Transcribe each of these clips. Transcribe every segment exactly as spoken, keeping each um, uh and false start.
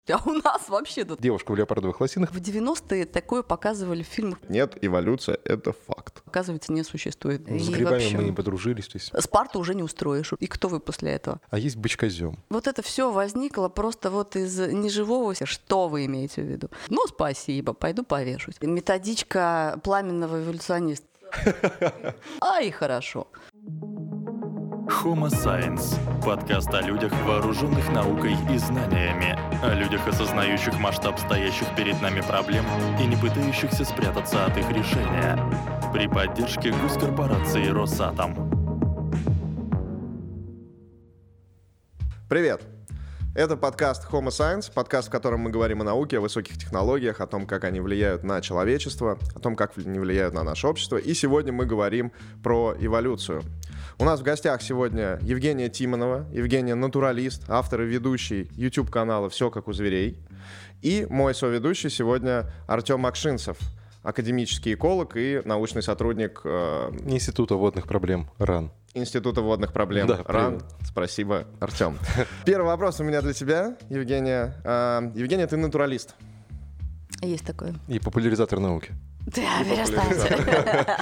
А у нас вообще тут... Девушка в леопардовых лосинах. В девяностые такое показывали в фильмах. Нет, эволюция — это факт. Оказывается, не существует. С И грибами вообще... мы не подружились. То есть... Спарту уже не устроишь. И кто вы после этого? А есть бычкозем. Вот это все возникло просто вот из неживого. Что вы имеете в виду? Ну, спасибо, пойду повешусь. Методичка пламенного эволюциониста. Ай, хорошо. Homo Science – подкаст о людях, вооруженных наукой и знаниями, о людях, осознающих масштаб стоящих перед нами проблем и не пытающихся спрятаться от их решения. При поддержке госкорпорации Росатом. Привет! Это подкаст Homo Science, подкаст, в котором мы говорим о науке, о высоких технологиях, о том, как они влияют на человечество, о том, как они влияют на наше общество. И сегодня мы говорим про эволюцию. У нас в гостях сегодня Евгения Тимонова. Евгения — натуралист, автор и ведущий YouTube-канала «Все как у зверей». И мой соведущий сегодня Артем Акшинцев, академический эколог и научный сотрудник э... Института водных проблем РАН. Института водных проблем да, РАН. Привет. Спасибо, Артем. Первый вопрос у меня для тебя, Евгения. Э, Евгения, ты натуралист. Есть такое. И популяризатор науки. Да, перестаньте.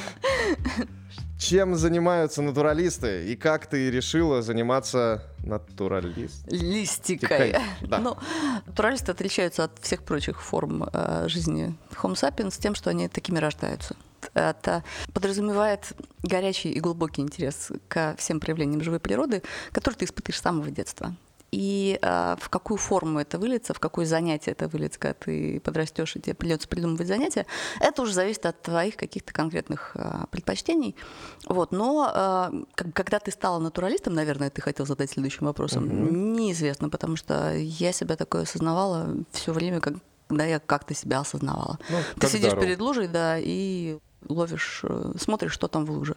Чем занимаются натуралисты и как ты решила заниматься натуралистикой? Листикой. Да. Ну, натуралисты отличаются от всех прочих форм э, жизни Homo sapiens тем, что они такими рождаются. Это подразумевает горячий и глубокий интерес ко всем проявлениям живой природы, которые ты испытываешь с самого детства. И э, в какую форму это выльется, в какое занятие это выльется, когда ты подрастешь, и тебе придется придумывать занятия, это уже зависит от твоих каких-то конкретных э, предпочтений. Вот. Но э, как, когда ты стала натуралистом, наверное, ты хотел задать следующим вопросом, mm-hmm. неизвестно, потому что я себя такое осознавала все время, когда я как-то себя осознавала. Ну, ты сидишь здорово. Перед лужей, да, и ловишь, смотришь, что там в луже.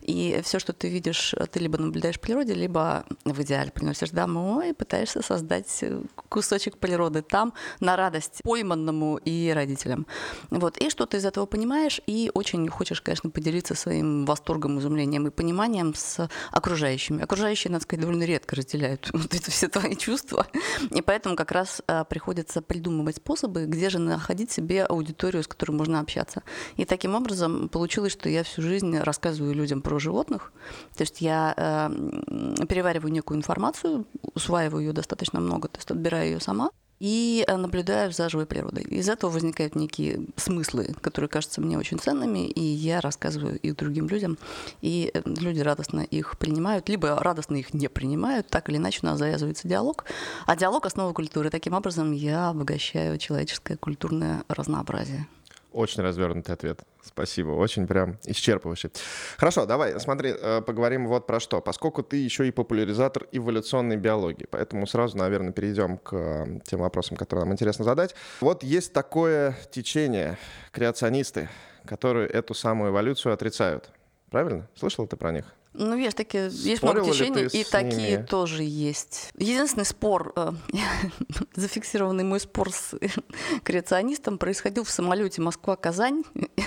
И все, что ты видишь, ты либо наблюдаешь в природе, либо в идеале приносишь домой и пытаешься создать кусочек природы там на радость пойманному и родителям. Вот. И что ты из этого понимаешь, и очень хочешь, конечно, поделиться своим восторгом, изумлением и пониманием с окружающими. Окружающие, надо сказать, довольно редко разделяют вот это все твои чувства. И поэтому как раз а, приходится придумывать способы, где же находить себе аудиторию, с которой можно общаться. И таким образом получилось, что я всю жизнь рассказываю людям про животных. То есть я э, перевариваю некую информацию, усваиваю ее достаточно много, то есть отбираю ее сама и наблюдаю за живой природой. Из этого возникают некие смыслы, которые кажутся мне очень ценными, и я рассказываю их другим людям, и люди радостно их принимают, либо радостно их не принимают, так или иначе у нас завязывается диалог, а диалог — основа культуры. Таким образом я обогащаю человеческое культурное разнообразие. Очень развернутый ответ. Спасибо. Очень прям исчерпывающий. Хорошо, давай, смотри, поговорим вот про что. Поскольку ты еще и популяризатор эволюционной биологии, поэтому сразу, наверное, перейдем к тем вопросам, которые нам интересно задать. Вот есть такое течение, креационисты, которые эту самую эволюцию отрицают. Правильно? Слышал ты про них? Ну, есть такие, есть много течений, и такие ними? Тоже есть. Единственный спор, э, зафиксированный мой спор с креационистом, происходил в самолете Москва-Казань,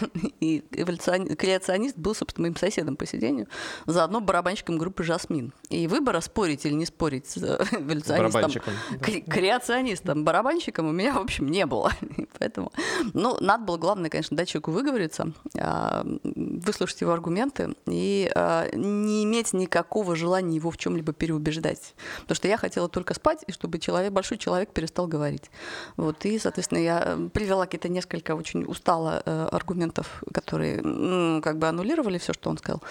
и креационист был, собственно, моим соседом по сидению, заодно барабанщиком группы «Жасмин». И выбора, спорить или не спорить с эволюционистом, креационистом, барабанщиком у меня, в общем, не было. Поэтому, ну, надо было, главное, конечно, дать человеку выговориться, выслушать его аргументы и не иметь никакого желания его в чем-либо переубеждать. Потому что я хотела только спать, и чтобы человек, большой человек перестал говорить. Вот. И, соответственно, я привела какие-то несколько очень устало э, аргументов, которые м, как бы аннулировали все, что он сказал.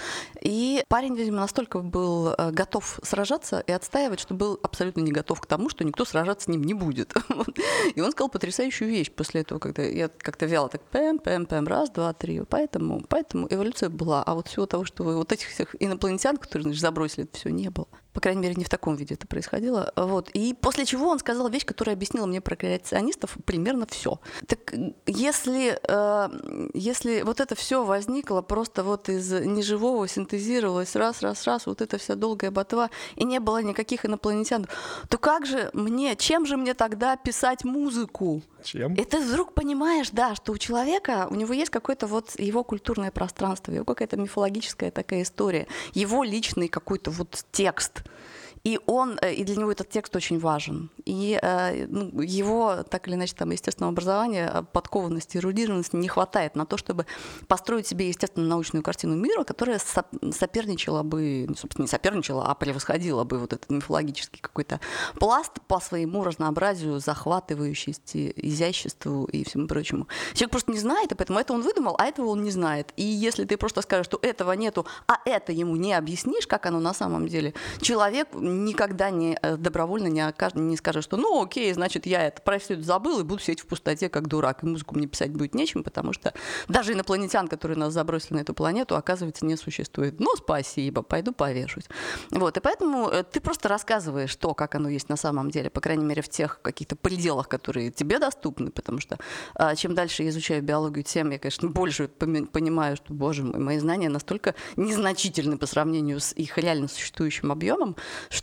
И парень, видимо, настолько был э, готов сражаться и отстаивать, что был абсолютно не готов к тому, что никто сражаться с ним не будет. И он сказал потрясающую вещь после этого, когда я как-то вяло так пэм-пэм-пэм, раз, два, три. Поэтому, поэтому эволюция была. А вот всего того, что вы вот этих всех инопланетян, которые, значит, забросили, это все не было. По крайней мере, не в таком виде это происходило. Вот. И после чего он сказал вещь, которая объяснила мне про креационистов примерно все. Так если, э, если вот это все возникло просто вот из неживого, синтезировалось раз, раз, раз, вот эта вся долгая ботва, и не было никаких инопланетян, то как же мне, чем же мне тогда писать музыку? Чем? И ты вдруг понимаешь, да, что у человека, у него есть какое-то вот его культурное пространство, его какая-то мифологическая такая история, его личный какой-то вот текст. И он, и для него этот текст очень важен. И ну, его, так или иначе, там, естественного образования, подкованности, эрудированности не хватает на то, чтобы построить себе, естественно, научную картину мира, которая соперничала бы, собственно, не соперничала, а превосходила бы вот этот мифологический какой-то пласт по своему разнообразию, захватывающести, изяществу и всему прочему. Человек просто не знает, и поэтому это он выдумал, а этого он не знает. И если ты просто скажешь, что этого нету, а это ему не объяснишь, как оно на самом деле, человек никогда не добровольно не, окажет, не скажет, что ну окей, значит, я это про все это забыл и буду сидеть в пустоте как дурак, и музыку мне писать будет нечем, потому что даже инопланетян, которые нас забросили на эту планету, оказывается, не существует. Ну, спасибо, пойду повешусь. Вот, и поэтому ты просто рассказываешь то, как оно есть на самом деле, по крайней мере, в тех каких-то пределах, которые тебе доступны, потому что чем дальше я изучаю биологию, тем я, конечно, больше понимаю, что, боже мой, мои знания настолько незначительны по сравнению с их реально существующим объемом,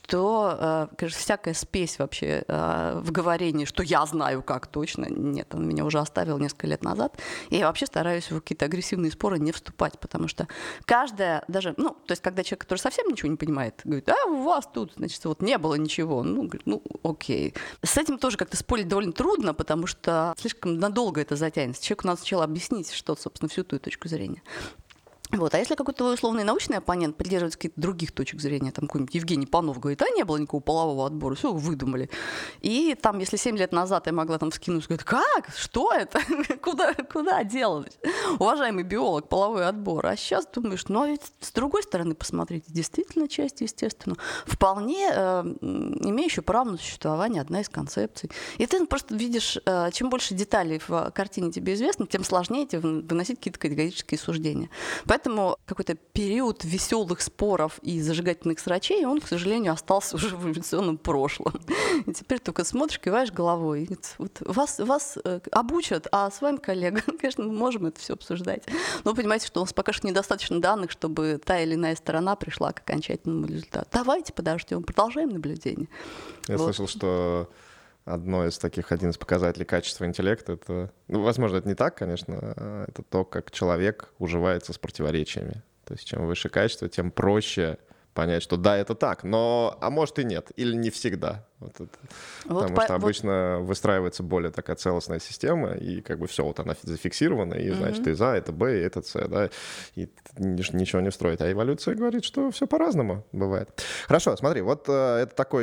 что, конечно, всякая спесь вообще в говорении, что я знаю как точно, нет, он меня уже оставил несколько лет назад, и я вообще стараюсь в какие-то агрессивные споры не вступать, потому что каждая, даже, ну, то есть, когда человек, который совсем ничего не понимает, говорит, а у вас тут, значит, вот не было ничего, ну, говорит, ну, окей. С этим тоже как-то спорить довольно трудно, потому что слишком надолго это затянется. Человеку надо сначала объяснить, что, собственно, всю ту точку зрения. Вот. А если какой-то твой условный научный оппонент придерживается каких-то других точек зрения, там какой-нибудь Евгений Панов говорит, а не было никакого полового отбора, все выдумали. И там, если семь лет назад я могла там вскинуть, говорит, как? Что это? куда, куда делалось? Уважаемый биолог, половой отбор. А сейчас думаешь, ну а ведь с другой стороны посмотрите, действительно часть, естественно, вполне э, имеющая право на существование, одна из концепций. И ты просто видишь, э, чем больше деталей в картине тебе известно, тем сложнее тебе выносить какие-то категорические суждения. Поэтому какой-то период веселых споров и зажигательных срачей, он, к сожалению, остался уже в эволюционном прошлом. И теперь только смотришь, киваешь головой. И говорит, вот вас, вас обучат, а с вами, коллега, конечно, мы можем это все обсуждать. Но вы понимаете, что у нас пока что недостаточно данных, чтобы та или иная сторона пришла к окончательному результату. Давайте подождем, продолжаем наблюдение. Я вот. слышал, что одно из таких, один из показателей качества интеллекта, это, ну, возможно, это не так, конечно, это то, как человек уживается с противоречиями. То есть чем выше качество, тем проще понять, что да, это так, но, а может и нет, или не всегда. Вот это. Вот Потому по, что обычно вот... выстраивается более такая целостная система, и как бы все, вот она зафиксирована, и, значит, mm-hmm. это А, это Б, это С, да, и ничего не встроить. А эволюция говорит, что все по-разному бывает. Хорошо, смотри, вот э, это такой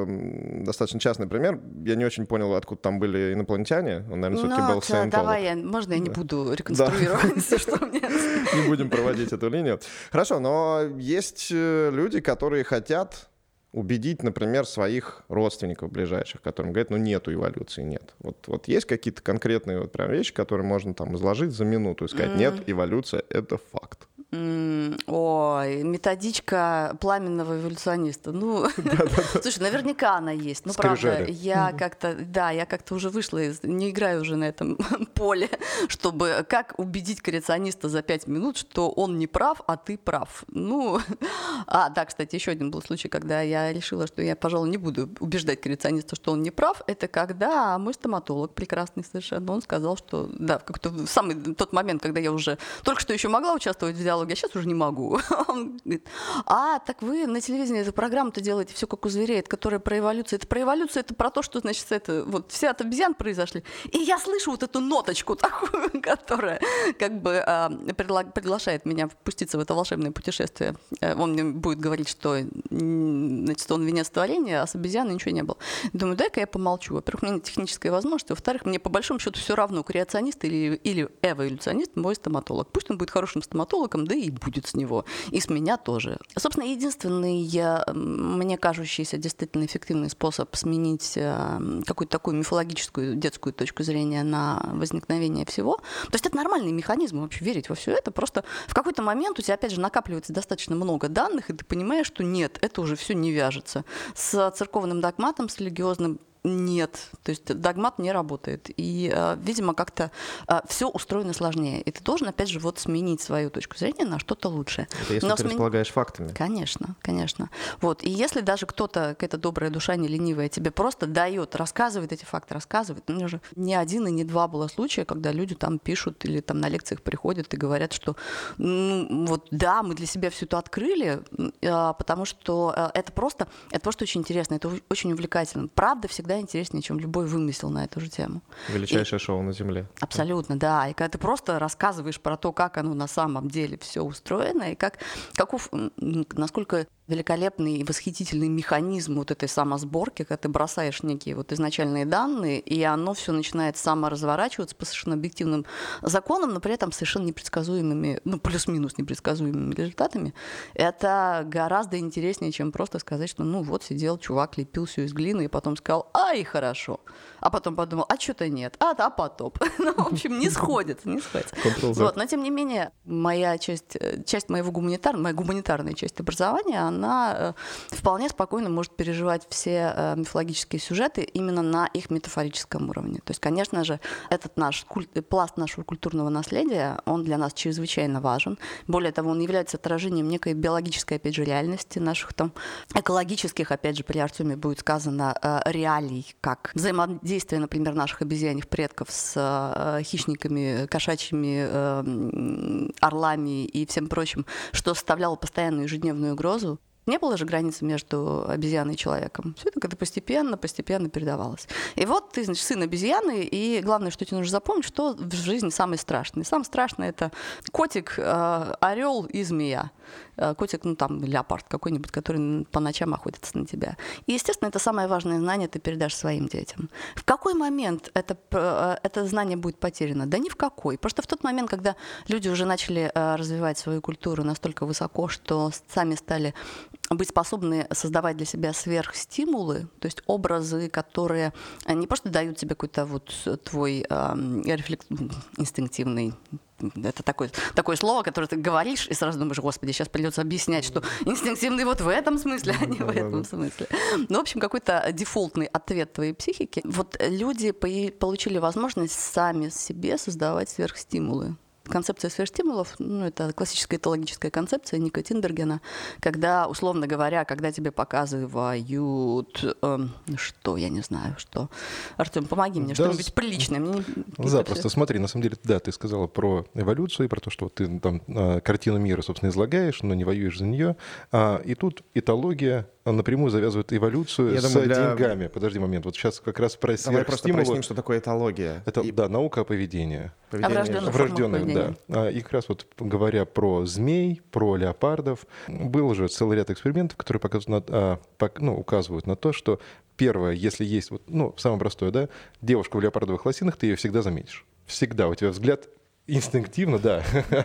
э, достаточно частный пример. Я не очень понял, откуда там были инопланетяне. Он, наверное, все-таки был саентолог. Давай, я, можно я не да. буду реконструировать все, что у меня... Не будем проводить эту линию. Хорошо, но есть люди, которые хотят убедить, например, своих родственников ближайших, которым говорят, ну, нету эволюции, нет. Вот, вот есть какие-то конкретные вот прям вещи, которые можно там изложить за минуту и сказать, mm. нет, эволюция — это факт. Mm. Ой, методичка пламенного эволюциониста. Ну, слушай, наверняка она есть. Ну, правда, я как-то, да, я как-то уже вышла из, не играю уже на этом поле, чтобы как убедить креациониста за пять минут, что он не прав, а ты прав. Ну, а, да, кстати, еще один был случай, когда я решила, что я, пожалуй, не буду убеждать креациониста, что он не прав. Это когда мой стоматолог, прекрасный совершенно, он сказал, что, да, в какой-то в самый тот момент, когда я уже только что еще могла участвовать в диалоге, а сейчас уже не могу. Он говорит, а, так вы на телевидении эту программу-то делаете все как у зверей, это которая про эволюцию. Это про эволюцию, это про то, что, значит, это, вот все от обезьян произошли. И я слышу вот эту ноточку такую, которая как бы а, предла- приглашает меня впуститься в это волшебное путешествие. Он мне будет говорить, что, значит, он венец творения, а с обезьяной ничего не было. Думаю, дай-ка я помолчу. Во-первых, у меня нет технической возможности. Во-вторых, мне по большому счету все равно, креационист или, или эволюционист, мой стоматолог. Пусть он будет хорошим стоматологом, да и будет с него. И с меня тоже. Собственно, единственный, мне кажущийся действительно эффективный способ сменить какую-то такую мифологическую детскую точку зрения на возникновение всего. То есть это нормальный механизм вообще верить во все это. Просто в какой-то момент у тебя, опять же, накапливается достаточно много данных, и ты понимаешь, что нет, это уже все не вяжется с церковным догматом, с религиозным Нет, то есть догмат не работает. И, видимо, как-то все устроено сложнее. И ты должен, опять же, вот сменить свою точку зрения на что-то лучшее. Это если Но ты смен... располагаешь фактами. Конечно, конечно. Вот. И если даже кто-то, какая-то добрая душа, не ленивая, тебе просто дает, рассказывает эти факты, рассказывает. У меня же ни один и не два было случая, когда люди там пишут или там на лекциях приходят и говорят, что ну, вот да, мы для себя все это открыли, потому что это просто, это просто очень интересно, это очень увлекательно. Правда всегда интереснее, чем любой вымысел на эту же тему. Величайшее и... шоу на Земле. Абсолютно, да. И когда ты просто рассказываешь про то, как оно на самом деле все устроено, и как, каков, насколько великолепный и восхитительный механизм вот этой самосборки, когда ты бросаешь некие вот изначальные данные, и оно все начинает саморазворачиваться по совершенно объективным законам, но при этом совершенно непредсказуемыми, ну, плюс-минус непредсказуемыми результатами. Это гораздо интереснее, чем просто сказать, что ну вот сидел чувак, лепил все из глины, и потом сказал, ай, хорошо. А потом подумал, а что-то нет, а, а потоп. Ну, в общем, не сходится, не сходится. Вот, но тем не менее, моя часть, часть моего гуманитарного, моя гуманитарная часть образования, она вполне спокойно может переживать все мифологические сюжеты именно на их метафорическом уровне. То есть, конечно же, этот наш культ, пласт нашего культурного наследия, он для нас чрезвычайно важен. Более того, он является отражением некой биологической, опять же, реальности наших там экологических, опять же, при Артеме будет сказано, реалий, как взаимодействие, например, наших обезьяньих предков с хищниками, кошачьими, орлами и всем прочим, что составляло постоянную ежедневную угрозу. Не было же границы между обезьяной и человеком. Все это как-то постепенно, постепенно передавалось. И вот ты, значит, сын обезьяны, и главное, что тебе нужно запомнить, что в жизни самое страшное. Самое страшное — это котик, орел и змея. Котик, ну там, леопард какой-нибудь, который по ночам охотится на тебя. И, естественно, это самое важное знание ты передашь своим детям. В какой момент это, это знание будет потеряно? Да ни в какой. Просто в тот момент, когда люди уже начали развивать свою культуру настолько высоко, что сами стали быть способны создавать для себя сверхстимулы, то есть образы, которые не просто дают тебе какой-то вот твой э, рефлекс, инстинктивный, это такое, такое слово, которое ты говоришь, и сразу думаешь, господи, сейчас придется объяснять, что инстинктивный вот в этом смысле, а не в этом смысле. Ну, в общем, какой-то дефолтный ответ твоей психики. Вот люди получили возможность сами себе создавать сверхстимулы. Концепция сверхстимулов, ну, это классическая этологическая концепция Ника Тинбергена, когда, условно говоря, когда тебе показывают, э, что, я не знаю, что. Артем, помоги мне, да, что-нибудь приличное. Мне не, запросто. Смотри, на самом деле, да, ты сказала про эволюцию, про то, что ты там картину мира, собственно, излагаешь, но не воюешь за нее. А, и тут этология напрямую завязывает эволюцию я с думаю, для... деньгами. Подожди момент, вот сейчас как раз про сверхстимулы. Давай просто проясним, что такое этология. Это, и... да, наука о поведении. Поведение. Врожденное, да. И как раз вот говоря про змей, про леопардов, был уже целый ряд экспериментов, которые показывают на, ну, указывают на то, что первое, если есть, вот, ну, самое простое, да, девушка в леопардовых лосинах, ты ее всегда заметишь. Всегда у тебя взгляд инстинктивно, да.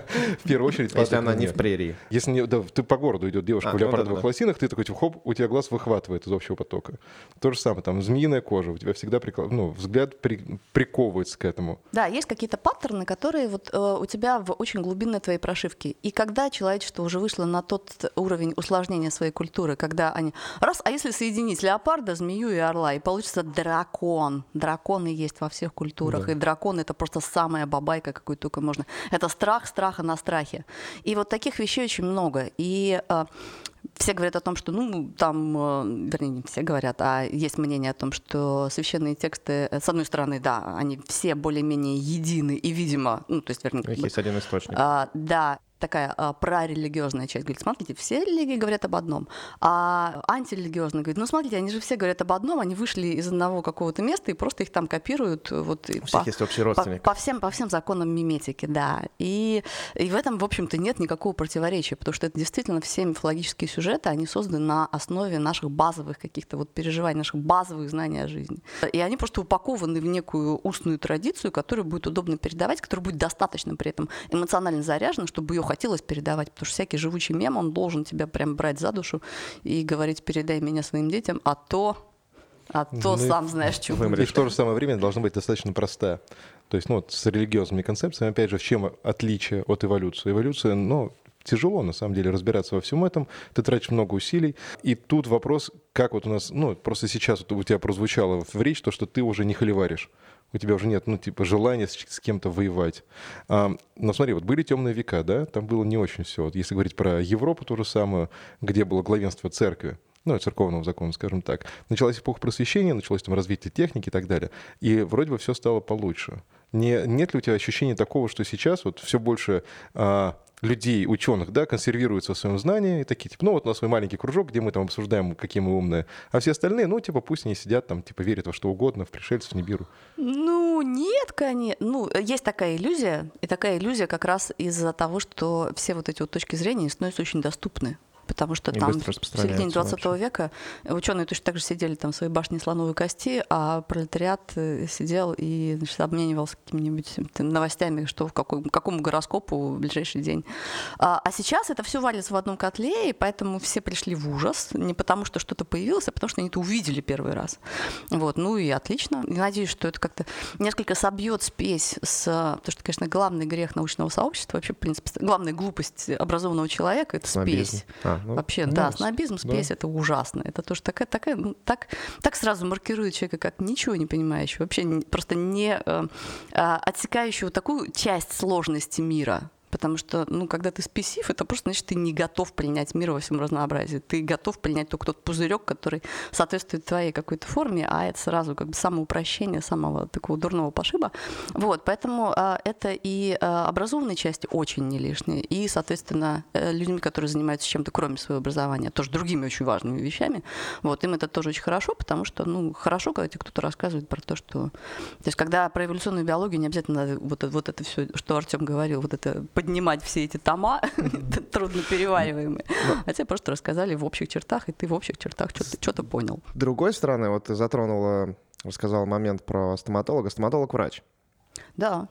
В первую очередь. Если она не в прерии. Если не, да, ты по городу идет девушка а, в леопардовых ну, да, лосинах, ты такой, хоп, у тебя глаз выхватывает из общего потока. То же самое, там, змеиная кожа, у тебя всегда прикла... ну, взгляд при... приковывается к этому. Да, есть какие-то паттерны, которые вот, э, у тебя в очень глубинной твоей прошивке. И когда человечество уже вышло на тот уровень усложнения своей культуры, когда они... Раз, а если соединить леопарда, змею и орла, и получится дракон. Драконы есть во всех культурах, да. И дракон — это просто самая бабайка, какую только можно. Это страх страха на страхе. И вот таких вещей очень много. И э, все говорят о том, что, ну, там, э, вернее, не все говорят, а есть мнение о том, что священные тексты, с одной стороны, да, они все более-менее едины и, видимо, ну, то есть, вернее... У них есть один источник. Э, да, такая а, прорелигиозная часть говорит, смотрите, все религии говорят об одном, а антирелигиозная говорит, ну смотрите, они же все говорят об одном, они вышли из одного какого-то места и просто их там копируют. Вот, У всех по, есть общий родственник. По, по, всем, по всем законам миметики, да. И, и в этом, в общем-то, нет никакого противоречия, потому что это действительно все мифологические сюжеты, они созданы на основе наших базовых каких-то вот переживаний, наших базовых знаний о жизни. И они просто упакованы в некую устную традицию, которую будет удобно передавать, которая будет достаточно при этом эмоционально заряжена, чтобы ее хотелось передавать, потому что всякий живучий мем, он должен тебя прям брать за душу и говорить, передай меня своим детям, а то, а то ну, сам знаешь, что будет. И в то же самое время должна быть достаточно простая. То есть, ну, вот с религиозными концепциями, опять же, в чем отличие от эволюции? Эволюция, ну, тяжело, на самом деле, разбираться во всем этом. Ты тратишь много усилий. И тут вопрос, как вот у нас... Ну, просто сейчас вот у тебя прозвучало в речь то, что ты уже не холиваришь. У тебя уже нет, ну, типа, желания с, с кем-то воевать. А, но смотри, вот были темные века, да? Там было не очень все. Вот если говорить про Европу ту же самую, где было главенство церкви, ну, церковного закона, скажем так. Началась эпоха просвещения, началось там развитие техники и так далее. И вроде бы все стало получше. Не, нет ли у тебя ощущения такого, что сейчас вот все больше а, людей, ученых, да, консервируются в своем знании и такие, типа, ну, вот у нас свой маленький кружок, где мы там обсуждаем, какие мы умные, а все остальные, ну, типа, пусть они сидят там, типа, верят во что угодно, в пришельцев, в Нибиру. Ну, нет, конечно. Ну, есть такая иллюзия, и такая иллюзия как раз из-за того, что все вот эти вот точки зрения становятся очень доступны. Потому что там в середине двадцатого века ученые точно так же сидели там в своей башне слоновой кости, а пролетариат сидел и, значит, обменивался какими-нибудь новостями, что в какой, какому гороскопу в ближайший день. А, а сейчас это все валится в одном котле, и поэтому все пришли в ужас. Не потому, что что-то появилось, а потому, что они это увидели первый раз. Вот. Ну и отлично. И надеюсь, что это как-то несколько собьет спесь с... Потому что, конечно, главный грех научного сообщества, вообще, в принципе, главная глупость образованного человека — это спесь. А. Ну, вообще, ну, да, снобизм, спесь, да. Это ужасно. Это тоже такая, такая ну, так, так сразу маркирует человека как ничего не понимающего, вообще не, просто не э, э, отсекающего такую часть сложности мира. Потому что, ну, когда ты спесив, это просто значит, ты не готов принять мир во всем разнообразии. Ты готов принять только тот пузырек, который соответствует твоей какой-то форме, а это сразу как бы самоупрощение, самого такого дурного пошиба. Вот, поэтому а, это и а, образованные части очень не лишние, и, соответственно, людьми, которые занимаются чем-то кроме своего образования, тоже другими очень важными вещами. Вот, им это тоже очень хорошо, потому что, ну, хорошо, когда тебе кто-то рассказывает про то, что... То есть, когда про эволюционную биологию, не обязательно надо вот, вот это все, что Артем говорил, вот это поднимать все эти тома, трудно перевариваемые. А тебе просто рассказали в общих чертах, и ты в общих чертах что-то понял. С другой стороны, вот ты затронула, рассказала момент про стоматолога. Стоматолог — врач. Да.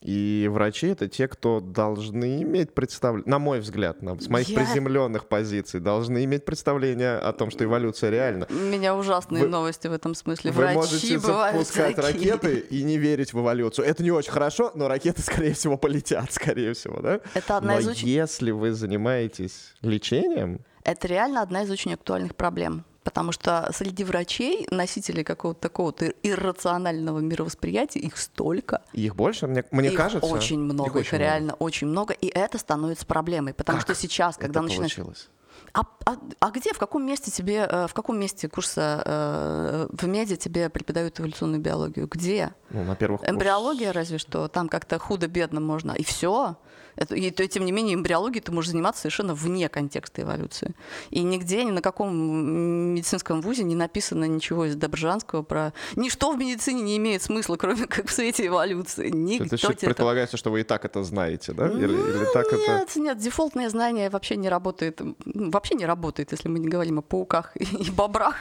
И врачи — это те, кто должны иметь представление, на мой взгляд, на, с моих Я... приземленных позиций, должны иметь представление о том, что эволюция реальна. У меня ужасные вы... новости в этом смысле. Вы Врачи можете запускать такие. ракеты и не верить в эволюцию. Это не очень хорошо, но ракеты, скорее всего, полетят, скорее всего, да? Это одна но из очень... если вы занимаетесь лечением... Это реально одна из очень актуальных проблем. Потому что среди врачей, носителей какого-то такого иррационального мировосприятия, их столько. Их больше? Мне, мне их кажется. Очень много, их, очень их реально много. очень много. И это становится проблемой. Потому как что сейчас, когда начинаешь... получилось? А, а, а где, в каком месте тебе, в каком месте курса э, в меди тебе преподают эволюционную биологию? Где? Ну, на первых курсах. Эмбриология разве что, там как-то худо-бедно можно. И все. Это, и, то, тем не менее, эмбриологией ты можешь заниматься совершенно вне контекста эволюции. И нигде, ни на каком медицинском вузе не написано ничего из Добржанского про... Ничто в медицине не имеет смысла, кроме как в свете эволюции. Никто это тебе предполагается, это... что вы и так это знаете, да? Или, ну, или так нет, это... нет, дефолтное знание вообще не работает. Вообще не работает, если мы не говорим о пауках и бобрах.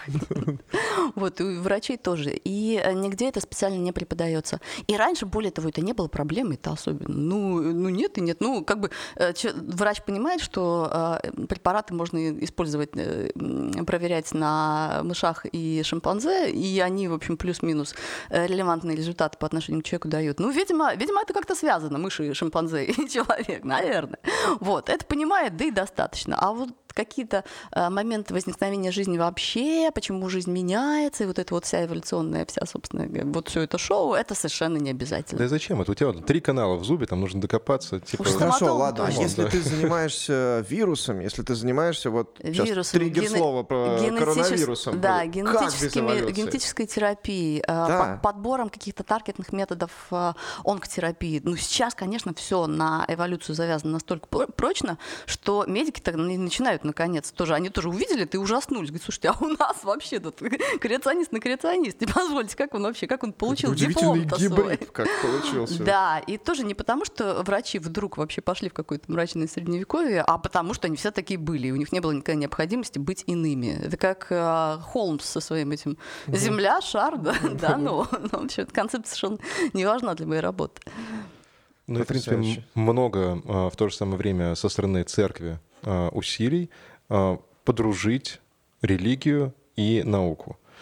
Вот, и у врачей тоже. И нигде это специально не преподается. И раньше, более того, это не было проблемой-то особенно. Ну, ну нет и нет. Ну, как бы врач понимает, что препараты можно использовать, проверять на мышах и шимпанзе, и они, в общем, плюс-минус релевантные результаты по отношению к человеку дают. Ну, видимо, видимо, это как-то связано, мыши, шимпанзе и человек, наверное. Вот, это понимает, да и достаточно. А вот какие-то э, моменты возникновения жизни вообще, почему жизнь меняется, и вот эта вот вся эволюционная, вся, собственно, вот все это шоу, это совершенно не обязательно. Да и зачем? Это у тебя вот три канала в зубе, там нужно докопаться. Типа... Уж хорошо, ладно, а если да. ты занимаешься вирусами, если ты занимаешься, вот сейчас три ген... слова про генетичес... коронавирусом. Да, генетическими, генетической терапией, да. подбором каких-то таргетных методов онкотерапии. Ну, сейчас, конечно, все на эволюцию завязано настолько прочно, что медики-то начинают наконец тоже, они тоже увидели, ты ужаснулись. Говорят, слушайте, а у нас вообще тут креационист на креационист. Не позвольте, как он вообще, как он получил диплом-то свой? Как получился. Да, и тоже не потому, что врачи вдруг вообще пошли в какое-то мрачное средневековье, а потому, что они все такие были, и у них не было никакой необходимости быть иными. Это как э, Холмс со своим этим «Земля, шар», да, да, ну, вообще, концепция совершенно не важна для моей работы. Ну, и, в принципе, много в то же самое время со стороны церкви усилий подружить религию и науку.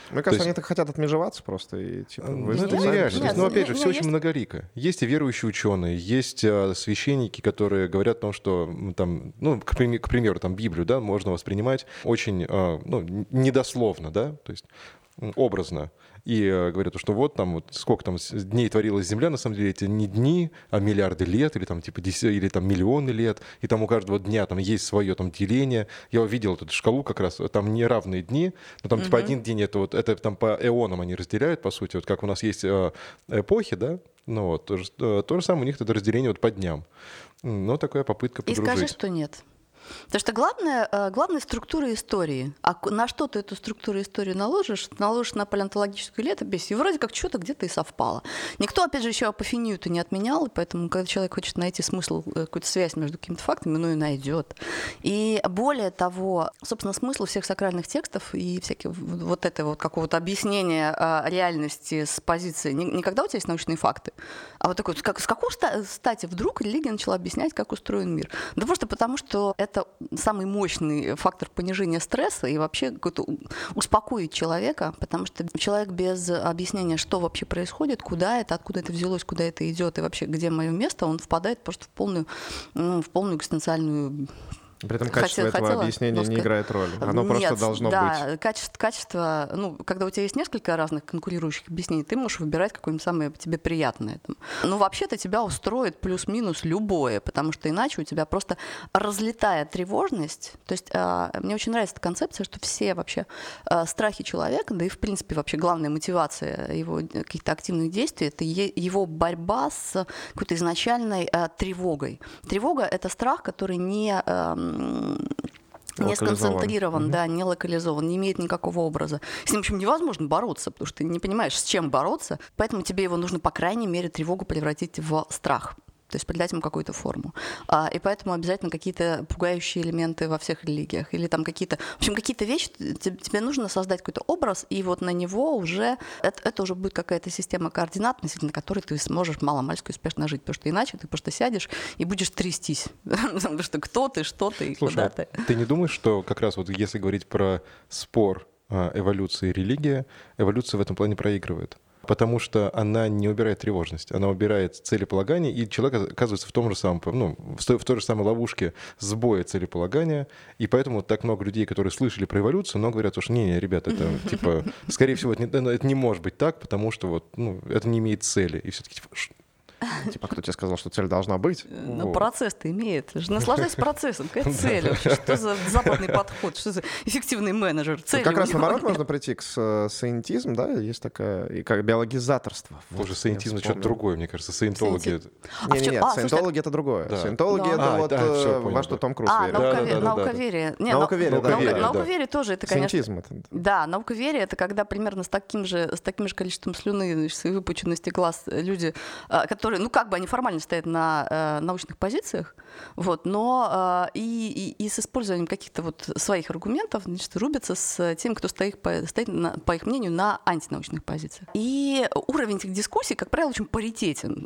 Мне кажется, они так хотят отмежеваться просто. И, типа, ну, это нереально. Но, опять же, все очень многолико. Есть и верующие ученые, есть а, священники, которые говорят о том, что, там, ну, к, к примеру, там, Библию, да, можно воспринимать очень, а, ну, недословно, да, то есть образно. И э, говорят, что вот там вот сколько там дней творилась Земля, на самом деле это не дни, а миллиарды лет, или там типа десять, или там миллионы лет, и там у каждого дня там есть свое там деление. Я увидел эту шкалу как раз, там неравные дни, но там mm-hmm. типа один день это вот, это там по эонам они разделяют, по сути, вот как у нас есть э, эпохи, да, ну вот, то же, то же самое у них это разделение вот по дням. Но такая попытка подружить. И скажи, что нет. Потому что главная, главная структура истории. А на что ты эту структуру истории наложишь? Наложишь на палеонтологическую летопись, и вроде как что-то где-то и совпало. Никто, опять же, еще апофению-то не отменял, и поэтому, когда человек хочет найти смысл, какую-то связь между какими-то фактами, ну и найдет. И более того, собственно, смысл всех сакральных текстов и всяких вот этого вот какого-то объяснения реальности с позиции не, не когда у тебя есть научные факты, а вот такой, как, с какой стати вдруг религия начала объяснять, как устроен мир? Да просто потому, что это Это самый мощный фактор понижения стресса и вообще какой-то успокоить человека, потому что человек без объяснения, что вообще происходит, куда это, откуда это взялось, куда это идет и вообще где мое место, он впадает просто в полную, ну, в полную экзистенциальную. При этом качество Хотела, этого объяснения но... не играет роли. Оно Нет, просто должно да, быть. Да, качество, качество, ну, когда у тебя есть несколько разных конкурирующих объяснений, ты можешь выбирать какое-нибудь самое тебе приятное. Ну, вообще-то тебя устроит плюс-минус любое, потому что иначе у тебя просто разлетая тревожность. То есть э, мне очень нравится эта концепция, что все вообще э, страхи человека, да и, в принципе, вообще главная мотивация его каких-то активных действий, это е- его борьба с какой-то изначальной э, тревогой. Тревога — это страх, который не... Э, не сконцентрирован, угу. да, не локализован, не имеет никакого образа. С ним, в общем, невозможно бороться, потому что ты не понимаешь, с чем бороться, поэтому тебе его нужно, по крайней мере, тревогу превратить в страх. То есть придать ему какую-то форму. А, и поэтому обязательно какие-то пугающие элементы во всех религиях. Или там какие-то... В общем, какие-то вещи, тебе нужно создать какой-то образ, и вот на него уже... Это, это уже будет какая-то система координат, относительно которой ты сможешь маломальски успешно жить. Потому что иначе ты просто сядешь и будешь трястись. Потому что кто ты, что ты и куда ты. Ты не думаешь, что как раз вот если говорить про спор эволюции и религии, эволюция в этом плане проигрывает? Потому что она не убирает тревожность, она убирает целеполагание, и человек оказывается в том же самом, ну, в той, в той же самой ловушке сбоя целеполагания, и поэтому так много людей, которые слышали про эволюцию, но говорят, что не-не, ребята, это типа, скорее всего, это не, это не может быть так, потому что вот, ну, это не имеет цели, и все-таки типа, Типа, кто тебе сказал, что цель должна быть? Ну, вот. Процесс-то имеет. Наслаждайся процессом. Какая цель вообще? Что за западный подход? Что за эффективный менеджер? Цель ну, как раз наоборот можно прийти к саентизму, да? Есть такая, и как биологизаторство. Боже, саентизм — это что-то другое, мне кажется. Саентологи... Нет-нет, а, саентологи — это другое. Да. Саентологи да. — это а, вот да, все, во понял, что да. Том Круз а, верит. Науковерие. Да, да, да, науковерие. Да. Науковерие, да. Науковерие, да. Науковерие тоже, это, конечно... Саентизм это. Да, науковерие — это когда примерно с таким же, с таким же количеством слюны, значит, и выпученности глаз люди, которые, ну, как бы они формально стоят на э, научных позициях, вот, но э, и, и, и с использованием каких-то вот своих аргументов, значит, рубятся с тем, кто стоит, по, стоит на, по их мнению, на антинаучных позициях. И уровень этих дискуссий, как правило, очень паритетен.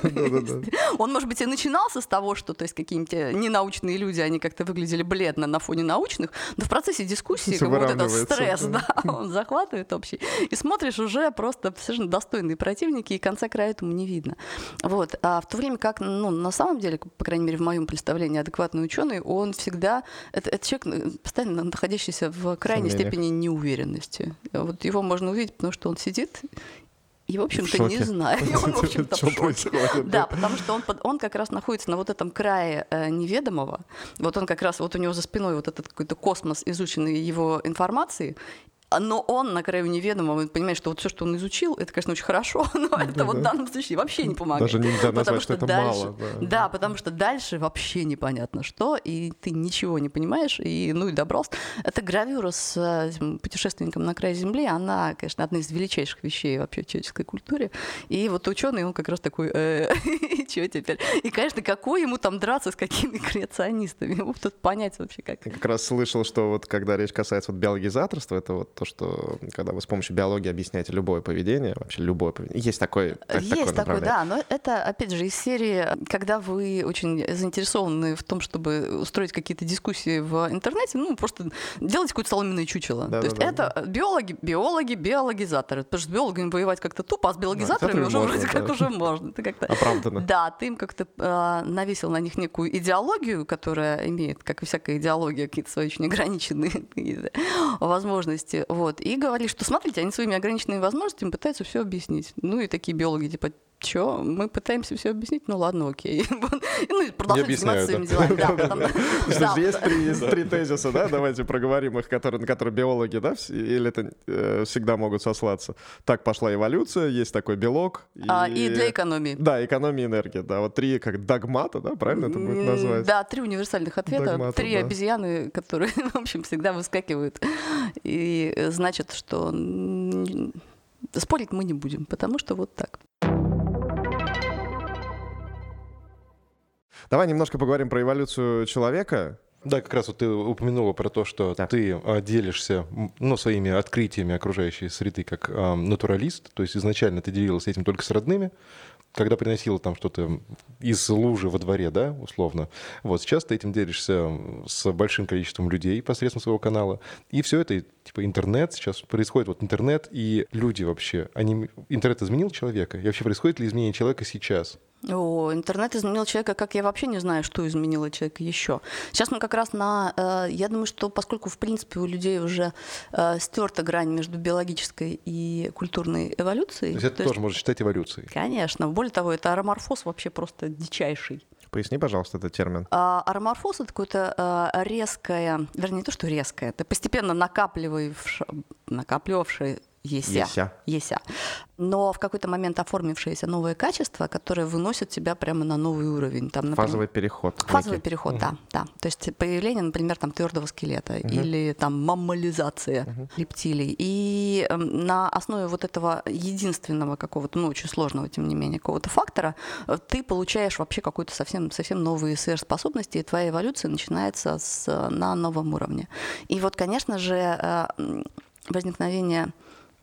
Он, может быть, и начинался с того, что, то есть, какие-нибудь ненаучные люди, они как-то выглядели бледно на фоне научных, но в процессе дискуссии вот этот стресс, да, он захватывает общий. И смотришь, уже просто совершенно достойные противники, и конца края этому не видно. Вот. А в то время как, ну, на самом деле, по крайней мере, в моем представлении, адекватный ученый, он всегда, это, это человек, постоянно находящийся в крайней Сомнениях. степени неуверенности. Вот его можно увидеть, потому что он сидит и, в общем-то, не знает. Он, в общем-то, в шоке. Да, потому что он, он как раз находится на вот этом крае э, неведомого. Вот он как раз, вот у него за спиной вот этот какой-то космос изученной его информации, но он на краю неведомого, он понимает, что вот все, что он изучил, это, конечно, очень хорошо, но да, это да. вот в данном случае вообще не помогает. Даже нельзя назвать, что, что это дальше, мало. Да. да, потому что дальше вообще непонятно что, и ты ничего не понимаешь, и ну и добрался. Эта гравюра с этим путешественником на край Земли, она, конечно, одна из величайших вещей вообще в человеческой культуре. И вот ученый, он как раз такой, что теперь? И, конечно, какой ему там драться с какими креационистами? Ему тут понять вообще как. Я как раз слышал, что вот когда речь касается вот биологизаторства, это вот то, что когда вы с помощью биологии объясняете любое поведение, вообще любое поведение. Есть такой, так, Есть такой, да, но это, опять же, из серии, когда вы очень заинтересованы в том, чтобы устроить какие-то дискуссии в интернете, ну, просто делать какое-то соломенное чучело. Да, то да, есть да, это да. биологи, биологи, биологизаторы. Потому что с биологами воевать как-то тупо, а с биологизаторами Да, уже можно, вроде да. как уже можно. Это как-то... Оправданно. Да, ты им как-то э, навесил на них некую идеологию, которая имеет, как и всякая идеология, какие-то свои очень ограниченные возможности. Вот. И говоришь, что смотрите, они своими ограниченными возможностями пытаются все объяснить. Ну и такие биологи, типа, чё, мы пытаемся все объяснить? Ну ладно, окей. Ну и продолжать заниматься своими делами. Да, потом- да, Есть три, есть три тезиса, да? Давайте проговорим их, которые, на которые биологи, да, вс- или это э, всегда могут сослаться. Так пошла эволюция, есть такой белок. а, И для экономии. Да, экономия энергии, да. Вот три как догмата, да, правильно это будет М, назвать? Да, три универсальных ответа, Догматов, три да. обезьяны, которые, в общем, всегда выскакивают. И значит, что м, спорить мы не будем, потому что вот так. Давай немножко поговорим про эволюцию человека. Да, как раз вот ты упомянула про то, что Да. ты а, делишься м, ну, своими открытиями окружающей среды как а, натуралист, то есть изначально ты делилась этим только с родными, когда приносила там что-то из лужи во дворе, да, условно. Вот сейчас ты этим делишься с большим количеством людей посредством своего канала. И все это, типа, интернет, сейчас происходит вот интернет, и люди вообще, они, интернет изменил человека? И вообще происходит ли изменение человека сейчас? О, интернет изменил человека, как я вообще не знаю, что изменило человека еще. Сейчас мы как раз на... э, я думаю, что поскольку, в принципе, у людей уже э, стерта грань между биологической и культурной эволюцией... То есть это то тоже есть, можно считать эволюцией. конечно. Более того, это ароморфоз вообще просто дичайший. Поясни, пожалуйста, этот термин. А ароморфоз — это какое-то а, резкое... Вернее, не то, что резкое. Это постепенно накапливавшее... накапливавшее Еся. Еся. Еся. Но в какой-то момент оформившееся новое качество, которое выносит тебя прямо на новый уровень. Там, например, Фазовый переход. Фазовый некий. переход, да, да. То есть появление, например, там твердого скелета или там маммализация рептилий. И э, на основе вот этого единственного какого-то, ну, очень сложного, тем не менее, какого-то фактора, э, ты получаешь вообще какой-то совсем, совсем новые сверхспособности, и твоя эволюция начинается с, на новом уровне. И вот, конечно же, э, возникновение